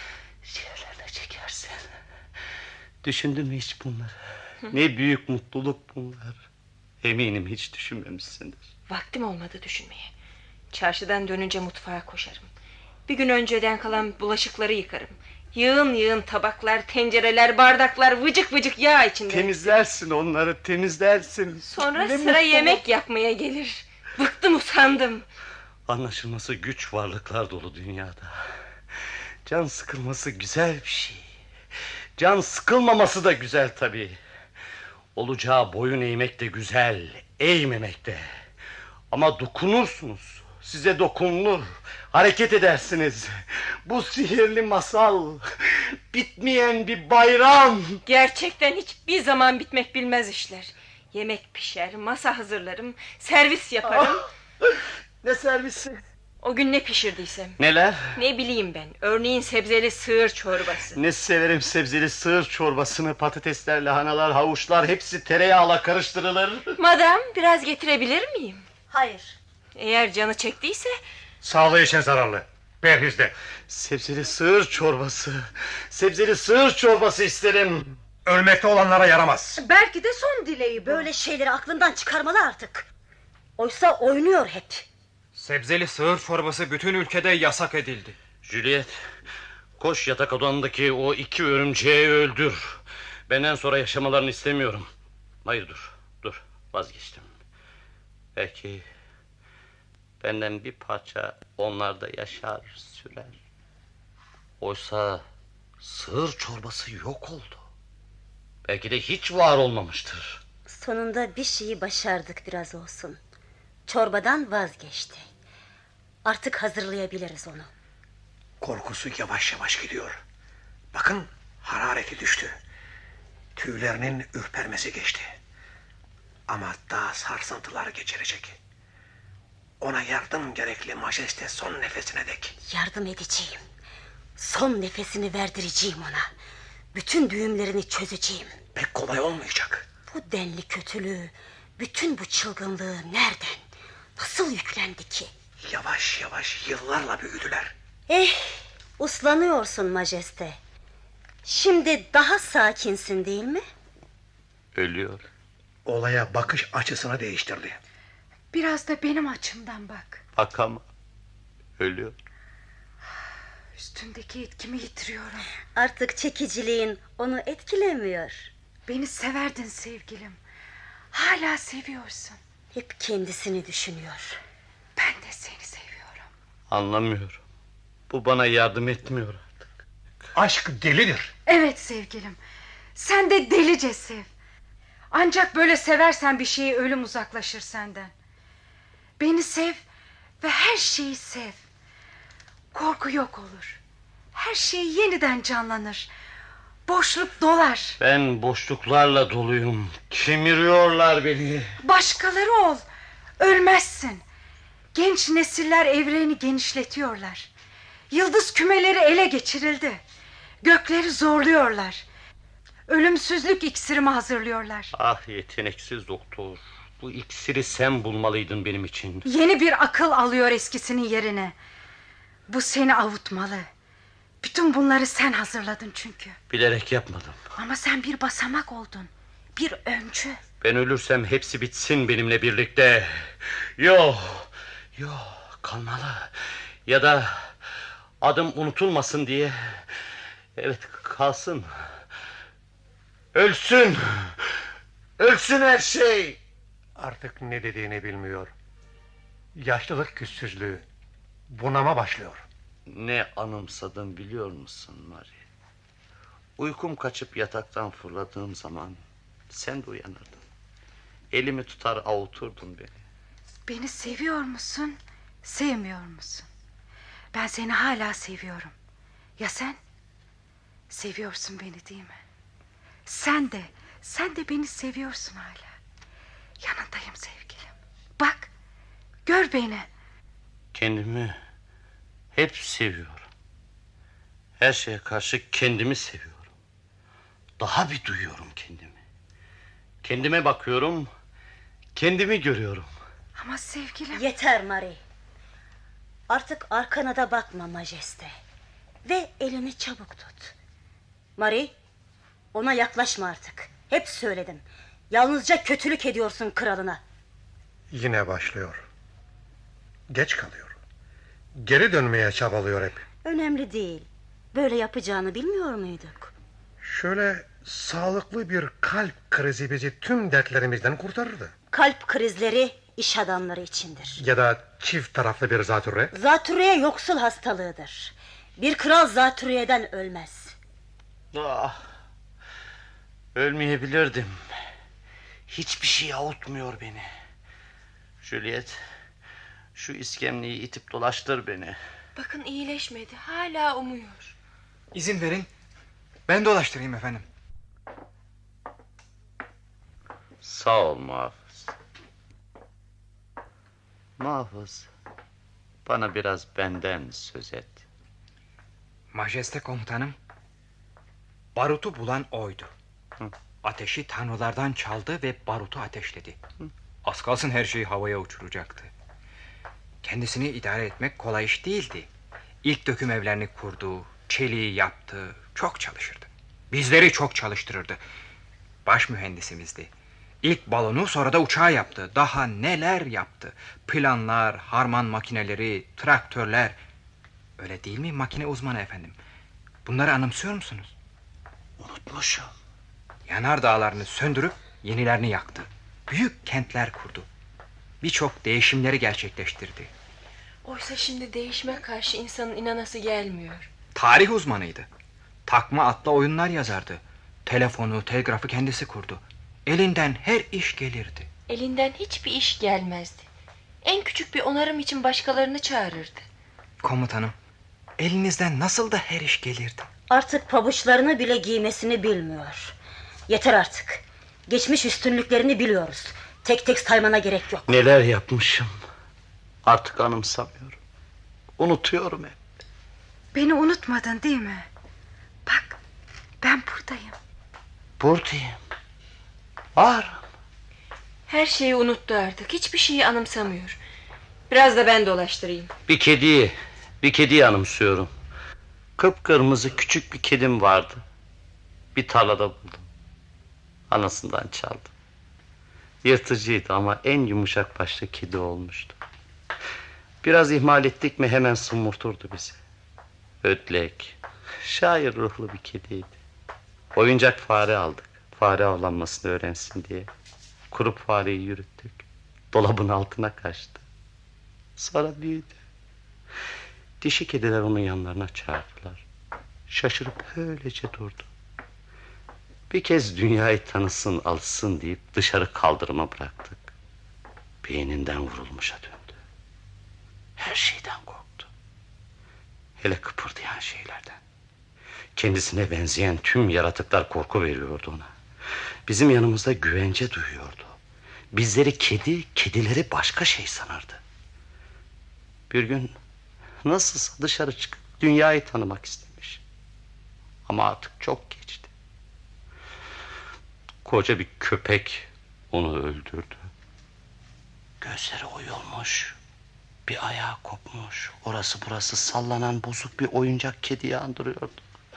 çekersin. Düşündün mü hiç bunları? Ne büyük mutluluk bunlar. Eminim hiç düşünmemişsindir. Vaktim olmadı düşünmeye. Çarşıdan dönünce mutfağa koşarım. Bir gün önceden kalan bulaşıkları yıkarım. Yığın yığın tabaklar, tencereler, bardaklar vıcık vıcık yağ içinde. Temizlersin onları, temizlersin. Sonra Ne sıra mutlu. yemek yapmaya gelir. Bıktım, usandım. Anlaşılması güç varlıklar dolu dünyada. Can sıkılması güzel bir şey. Can sıkılmaması da güzel tabii. Olacağı boyun eğmek de güzel, eğmemek de. Ama dokunursunuz. Size dokunulur. Hareket edersiniz. Bu sihirli masal. Bitmeyen bir bayram. Gerçekten hiçbir zaman bitmek bilmez işler. Yemek pişer, masa hazırlarım, servis yaparım. Ne servisi? O gün ne pişirdiysem. Neler? Ne bileyim ben. Örneğin sebzeli sığır çorbası. Ne severim sebzeli sığır çorbasını. Patatesler, lahanalar, havuçlar hepsi tereyağla karıştırılır. Madam, biraz getirebilir miyim? Hayır. Eğer canı çektiyse Sağlığı için zararlı. Perhizde. Sebzeli sığır çorbası. Sebzeli sığır çorbası isterim. Ölmekte olanlara yaramaz. Belki de son dileği bu. Böyle şeyleri aklından çıkarmalı artık. Oysa oynuyor hep. Sebzeli sığır çorbası bütün ülkede yasak edildi. Juliet, koş yatak odandaki o 2 örümceği öldür. Benden sonra yaşamalarını istemiyorum. Hayır, dur, vazgeçtim. Belki benden bir parça onlar da yaşar, sürer. Oysa sığır çorbası yok oldu. Belki de hiç var olmamıştır. Sonunda bir şeyi başardık biraz olsun. Çorbadan vazgeçti. Artık hazırlayabiliriz onu. Korkusu yavaş yavaş gidiyor. Bakın, harareti düştü. Tüylerinin ürpermesi geçti. Ama daha sarsıntılar geçirecek. Ona yardım gerekli majeste son nefesine dek. Yardım edeceğim. Son nefesini verdireceğim ona. Bütün düğümlerini çözeceğim. Pek kolay olmayacak. Bu denli kötülüğü, bütün bu çılgınlığı nereden, nasıl yüklendi ki? Yavaş yavaş yıllarla büyüdüler. Uslanıyorsun majeste. Şimdi daha sakinsin değil mi? Ölüyor. Olaya bakış açısını değiştirdi. Biraz da benim açımdan bak. Bak ama ölüyor. Üstündeki etkimi yitiriyorum. Artık çekiciliğin onu etkilemiyor. Beni severdin sevgilim. Hala seviyorsun. Hep kendisini düşünüyor. Ben de seni seviyorum. Anlamıyorum. Bu bana yardım etmiyor artık. Aşk delidir. Evet sevgilim. Sen de delice sev. Ancak böyle seversen bir şeyi ölüm uzaklaşır senden. Beni sev ve her şeyi sev. Korku yok olur. Her şey yeniden canlanır. Boşluk dolar. Ben boşluklarla doluyum. Kemiriyorlar beni. Başkaları ol. Ölmezsin. Genç nesiller evreni genişletiyorlar. Yıldız kümeleri ele geçirildi. Gökleri zorluyorlar. Ölümsüzlük iksirimi hazırlıyorlar. Ah yeteneksiz doktor. Bu iksiri sen bulmalıydın benim için. Yeni bir akıl alıyor eskisinin yerine. Bu seni avutmalı. Bütün bunları sen hazırladın çünkü. Bilerek yapmadım. Ama sen bir basamak oldun. Bir öncü. Ben ölürsem hepsi bitsin benimle birlikte. Yok kalmalı. Ya da adım unutulmasın diye. Evet kalsın. Ölsün her şey. Artık ne dediğini bilmiyor. Yaşlılık güçsüzlüğü. Bunama başlıyor. Ne anımsadım biliyor musun Mari? Uykum kaçıp yataktan fırladığım zaman sen de uyanırdın. Elimi tutar avuturdun beni. Beni seviyor musun? Sevmiyor musun? Ben seni hala seviyorum. Ya sen? Seviyorsun beni değil mi? Sen de beni seviyorsun hala. Yanındayım sevgilim. Bak, gör beni. Kendimi hep seviyorum. Her şeye karşı kendimi seviyorum. Daha bir duyuyorum kendimi. Kendime bakıyorum, kendimi görüyorum. Ama sevgilim... Yeter Marie. Artık arkana da bakma majeste. Ve elini çabuk tut. Marie, ona yaklaşma artık. Hep söyledim. Yalnızca kötülük ediyorsun kralına. Yine başlıyor. Geç kalıyor. Geri dönmeye çabalıyor hep. Önemli değil. Böyle yapacağını bilmiyor muyduk? Şöyle sağlıklı bir kalp krizi bizi tüm dertlerimizden kurtarırdı. Kalp krizleri iş adamları içindir. Ya da çift taraflı bir zatürre. Zatürre yoksul hastalığıdır. Bir kral zatürreden ölmez. Ah, ölmeyebilirdim. Hiçbir şey avutmuyor beni. Juliet, şu iskemleyi itip dolaştır beni. Bakın iyileşmedi. Hala umuyor. İzin verin. Ben dolaştırayım efendim. Sağ ol muhafız. Muhafız, bana biraz benden söz et. Majeste komutanım, barutu bulan oydu. Ateşi tanrılardan çaldı ve barutu ateşledi. Az kalsın her şeyi havaya uçuracaktı. Kendisini idare etmek kolay iş değildi. İlk döküm evlerini kurdu, çeliği yaptı, çok çalışırdı. Bizleri çok çalıştırırdı. Baş mühendisimizdi. İlk balonu, sonra da uçağı yaptı. Daha neler yaptı. Planlar, harman makineleri, traktörler. Öyle değil mi makine uzmanı efendim? Bunları anımsıyor musunuz? Unutmuşum. Yanardağlarını söndürüp yenilerini yaktı. Büyük kentler kurdu. Birçok değişimleri gerçekleştirdi. Oysa şimdi değişime karşı insanın inanası gelmiyor. Tarih uzmanıydı. Takma atla oyunlar yazardı. Telefonu, telgrafı kendisi kurdu. Elinden her iş gelirdi. Elinden hiçbir iş gelmezdi. En küçük bir onarım için başkalarını çağırırdı. Komutanım, elinizden nasıl da her iş gelirdi. Artık pabuçlarını bile giymesini bilmiyor. Yeter artık. Geçmiş üstünlüklerini biliyoruz. Tek tek saymana gerek yok. Neler yapmışım. Artık anımsamıyorum. Unutuyorum hep. Beni unutmadın değil mi? Bak, ben buradayım. Buradayım. Varım. Her şeyi unuttu artık. Hiçbir şeyi anımsamıyor. Biraz da ben dolaştırayım. Bir kediyi anımsıyorum. Kıpkırmızı küçük bir kedim vardı. Bir tarlada buldum. Anasından çaldım. Yırtıcıydı ama en yumuşak başlı kedi olmuştu. Biraz ihmal ettik mi hemen sımurturdu bizi. Ödlek, şair ruhlu bir kediydi. Oyuncak fare aldık. Fare avlanmasını öğrensin diye. Kurup fareyi yürüttük. Dolabın altına kaçtı. Sonra büyüdü. Dişi kediler onun yanlarına çağırdılar. Şaşırıp öylece durdu. Bir kez dünyayı tanısın, alışsın deyip dışarı kaldırıma bıraktık. Beyninden vurulmuşa döndü. Her şeyden korktu. Hele kıpırdayan şeylerden. Kendisine benzeyen tüm yaratıklar korku veriyordu ona. Bizim yanımızda güvence duyuyordu. Bizleri kedi, kedileri başka şey sanırdı. Bir gün nasılsa dışarı çıkıp dünyayı tanımak istemiş. Ama artık çok geçti. Koca bir köpek onu öldürdü. Gözleri oyulmuş, bir ayağı kopmuş, orası burası sallanan bozuk bir oyuncak kediyi andırıyordu.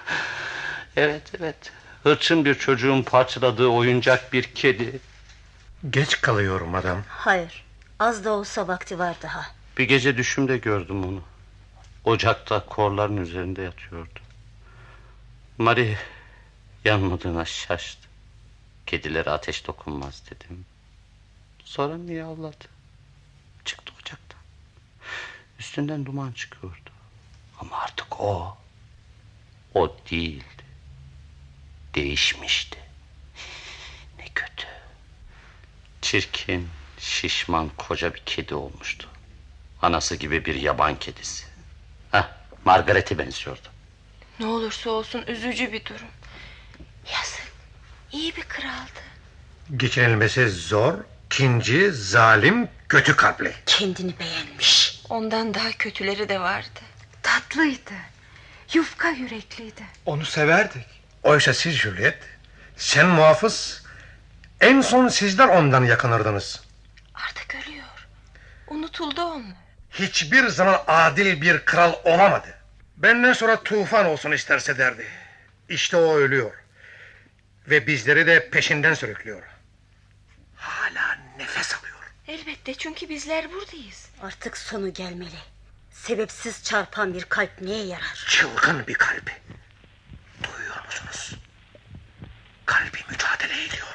Evet, hırçın bir çocuğun parçaladığı oyuncak bir kedi. Geç kalıyorum adam. Hayır, az da olsa vakti var daha. Bir gece düşümde gördüm onu. Ocakta korların üzerinde yatıyordu. Marie yanmadığına şaştı. Kedilere ateş dokunmaz dedim. Sonra miyavladı. Çıktı ocaktan. Üstünden duman çıkıyordu. Ama artık o değildi. Değişmişti. Ne kötü. Çirkin, şişman koca bir kedi olmuştu. Anası gibi bir yaban kedisi. Margaret'e benziyordu. Ne olursa olsun üzücü bir durum. Yazık. İyi bir kraldı. Geçinilmesi zor, kinci, zalim, kötü kalpli. Kendini beğenmiş. Ondan daha kötüleri de vardı. Tatlıydı. Yufka yürekliydi. Onu severdik. Oysa siz Juliet, sen muhafız, en son sizler ondan yakınırdınız. Artık ölüyor. Unutuldu onlar. Hiçbir zaman adil bir kral olamadı. Benden sonra tufan olsun isterse derdi. İşte o ölüyor. Ve bizleri de peşinden sürüklüyor. Hala nefes alıyor. Elbette, çünkü bizler buradayız. Artık sonu gelmeli. Sebepsiz çarpan bir kalp neye yarar? Çılgın bir kalbi. Duyuyor musunuz? Kalbi mücadele ediyor.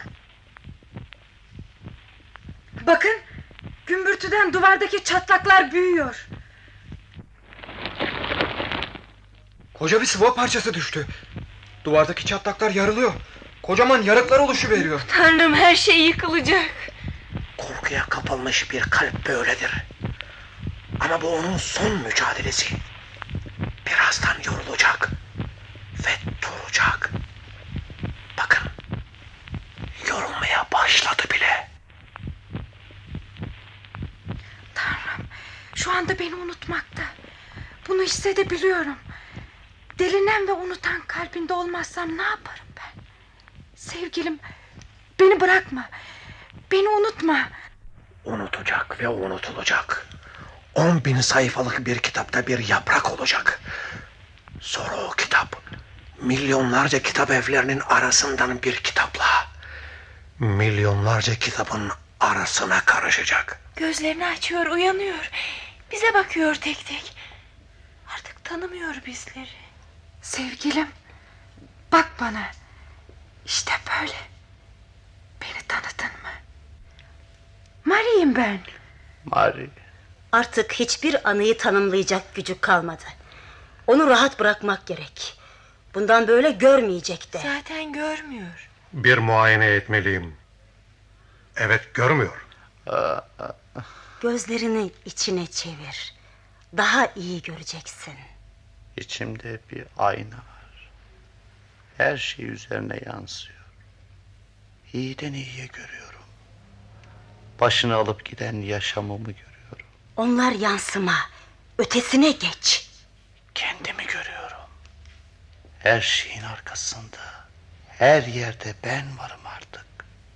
Bakın, gümbürtüden duvardaki çatlaklar büyüyor. Koca bir sıva parçası düştü. Duvardaki çatlaklar yarılıyor. Kocaman yarıklar oluşuveriyor. Tanrım, her şey yıkılacak. Korkuya kapılmış bir kalp böyledir. Ama bu onun son mücadelesi. Birazdan yorulacak ve duracak. Bakın, yorulmaya başladı bile. Tanrım, şu anda beni unutmakta. Bunu hissedebiliyorum. Delinen ve unutan kalbinde olmazsam ne yaparım ben? Sevgilim, beni bırakma. Beni unutma. Unutacak ve unutulacak. 10.000 sayfalık bir kitapta bir yaprak olacak. Sonra o kitap milyonlarca kitap evlerinin arasından bir kitapla milyonlarca kitabın arasına karışacak. Gözlerini açıyor, uyanıyor. Bize bakıyor tek tek. Artık tanımıyor bizleri. Sevgilim, bak bana. İşte böyle. Beni tanıdın mı? Mari'yim ben. Mari. Artık hiçbir anıyı tanımlayacak gücü kalmadı. Onu rahat bırakmak gerek. Bundan böyle görmeyecek de. Zaten görmüyor. Bir muayene etmeliyim. Evet, görmüyor. Gözlerini içine çevir. Daha iyi göreceksin. İçimde bir ayna var. Her şey üzerine yansıyor. İyiden iyiye görüyorum. Başını alıp giden yaşamımı görüyorum. Onlar yansıma. Ötesine geç. Kendimi görüyorum. Her şeyin arkasında, her yerde ben varım artık.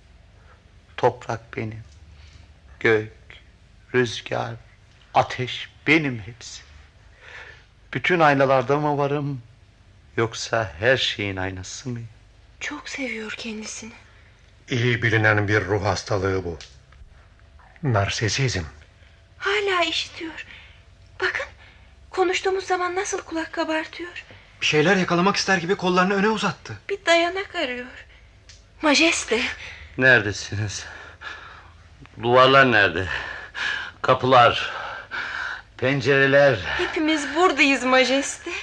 Toprak benim. Gök, rüzgar, ateş benim hepsi. Bütün aynalarda mı varım, yoksa her şeyin aynası mı? Çok seviyor kendisini. İyi bilinen bir ruh hastalığı bu. Narsisizm. Hala işitiyor. Bakın, konuştuğumuz zaman nasıl kulak kabartıyor. Bir şeyler yakalamak ister gibi kollarını öne uzattı. Bir dayanak arıyor. Majeste. Neredesiniz? Duvarlar nerede? Kapılar, pencereler. Hepimiz buradayız majeste.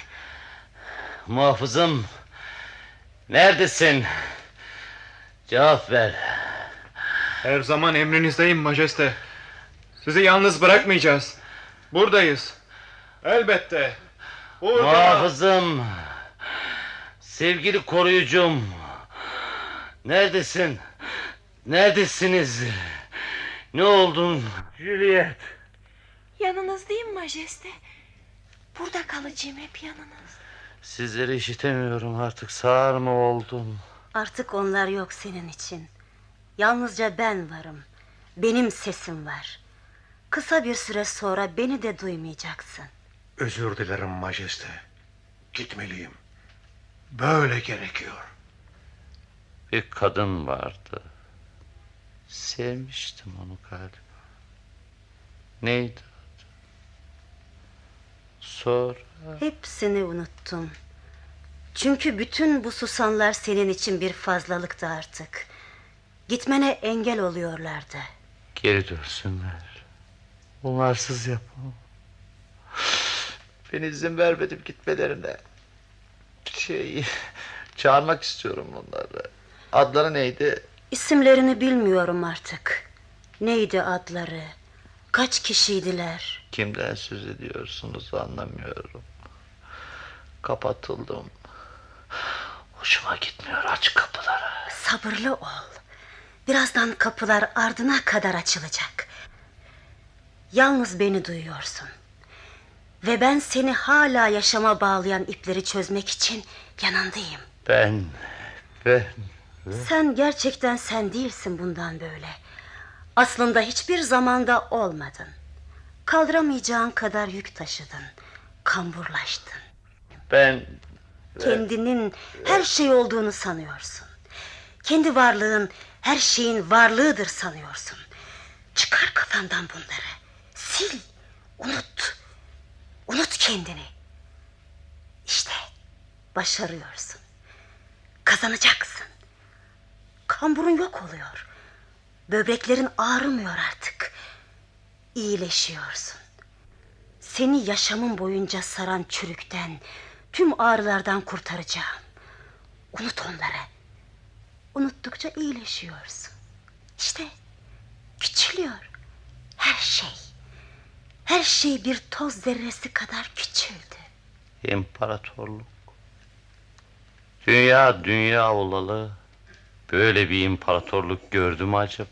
Muhafızım, neredesin? Cevap ver. Her zaman emrinizdeyim majeste. Sizi yalnız bırakmayacağız. Buradayız. Elbette. Burada. Muhafızım, sevgili koruyucum, neredesin? Neredesiniz? Ne oldun Juliet? Yanınızdayım majeste. Burada kalacağım, hep yanınız. Sizleri işitemiyorum artık, sağır mı oldum? Artık onlar yok senin için. Yalnızca ben varım. Benim sesim var. Kısa bir süre sonra beni de duymayacaksın. Özür dilerim majeste. Gitmeliyim. Böyle gerekiyor. Bir kadın vardı. Sevmiştim onu galiba. Neydi adı? Sonra... Hepsini unuttum. Çünkü bütün bu susanlar senin için bir fazlalıktı artık. Gitmene engel oluyorlardı. Geri dönsünler. Onlarsız yapamam. Ben izin vermedim gitmelerine. Çağırmak istiyorum onları. Adları neydi? İsimlerini bilmiyorum artık. Neydi adları? Kaç kişiydiler? Kimden söz ediyorsunuz anlamıyorum. Kapatıldım. Hoşuma gitmiyor, aç kapıları. Sabırlı ol. Birazdan kapılar ardına kadar açılacak. Yalnız beni duyuyorsun. Ve ben seni hala yaşama bağlayan ipleri çözmek için yanındayım. Ben... Sen gerçekten sen değilsin bundan böyle. Aslında hiçbir zamanda olmadın. Kaldıramayacağın kadar yük taşıdın. Kamburlaştın. Ben... Kendinin her şey olduğunu sanıyorsun. Kendi varlığın her şeyin varlığıdır sanıyorsun. Çıkar kafandan bunları. Sil, unut. Unut kendini. İşte başarıyorsun. Kazanacaksın. Kamburun yok oluyor. Böbreklerin ağrımıyor artık. İyileşiyorsun. Seni yaşamın boyunca saran çürükten, tüm ağrılardan kurtaracağım. Unut onları. Unuttukça iyileşiyorsun. İşte küçülüyor her şey. Her şey bir toz zerresi kadar küçüldü. İmparatorluk. Dünya olalı böyle bir imparatorluk gördü mü acaba?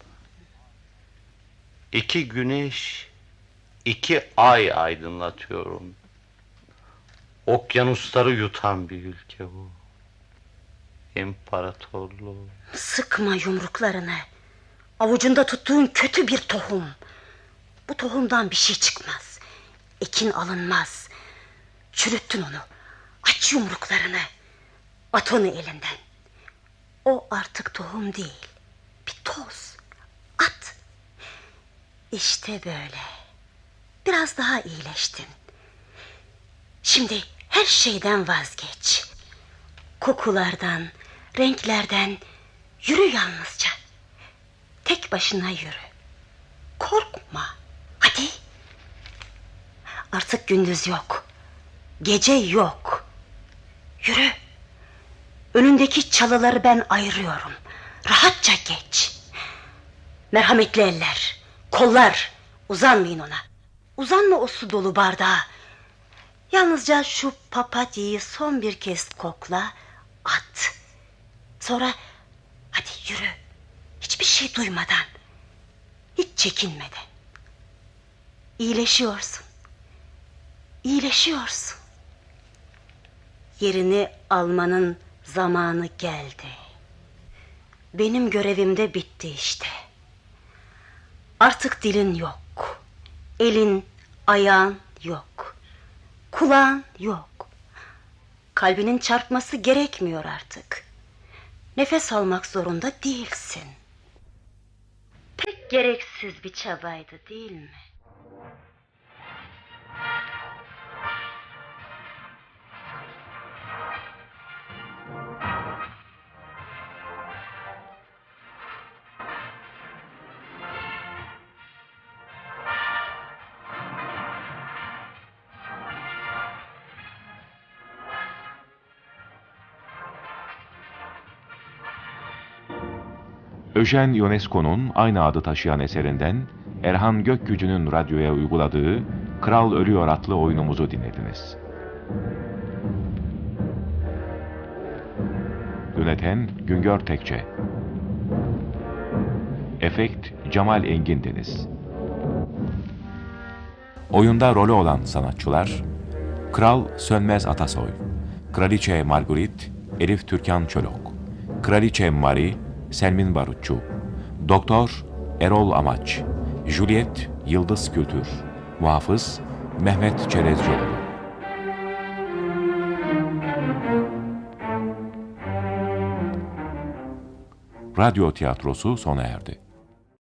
2 güneş, 2 ay aydınlatıyorum. Okyanusları yutan bir ülke bu. İmparatorluğu. Sıkma yumruklarını. Avucunda tuttuğun kötü bir tohum. Bu tohumdan bir şey çıkmaz. Ekin alınmaz. Çürüttün onu. Aç yumruklarını. At onu elinden. O artık tohum değil, bir toz. At. İşte böyle. Biraz daha iyileştin. Şimdi her şeyden vazgeç. Kokulardan, renklerden. Yürü yalnızca. Tek başına yürü. Korkma. Hadi. Artık gündüz yok. Gece yok. Yürü. Önündeki çalıları ben ayırıyorum. Rahatça geç. Merhametli eller, kollar. Uzanmayın ona. Uzanma o su dolu bardağa. Yalnızca şu papatyayı son bir kez kokla, at. Sonra hadi yürü. Hiçbir şey duymadan. Hiç çekinmeden. İyileşiyorsun. İyileşiyorsun. Yerini almanın zamanı geldi. Benim görevim de bitti işte. Artık dilin yok. Elin, ayağın yok. Kulağın yok. Kalbinin çarpması gerekmiyor artık. Nefes almak zorunda değilsin. Pek gereksiz bir çabaydı, değil mi? Eugene Ionesco'nun aynı adı taşıyan eserinden Erhan Gökgücü'nün radyoya uyguladığı Kral Ölüyor adlı oyunumuzu dinlediniz. Yöneten Güngör Tekçe. Efekt Cemal Engin Deniz. Oyunda rolü olan sanatçılar: Kral Sönmez Atasoy, Kraliçe Marguerite Elif Türkan Çolok, Kraliçe Marie Selmin Barutçu, Doktor Erol Amaç, Juliet Yıldız Kültür, Muhafız Mehmet Çerezcioğlu. Radyo tiyatrosu sona erdi.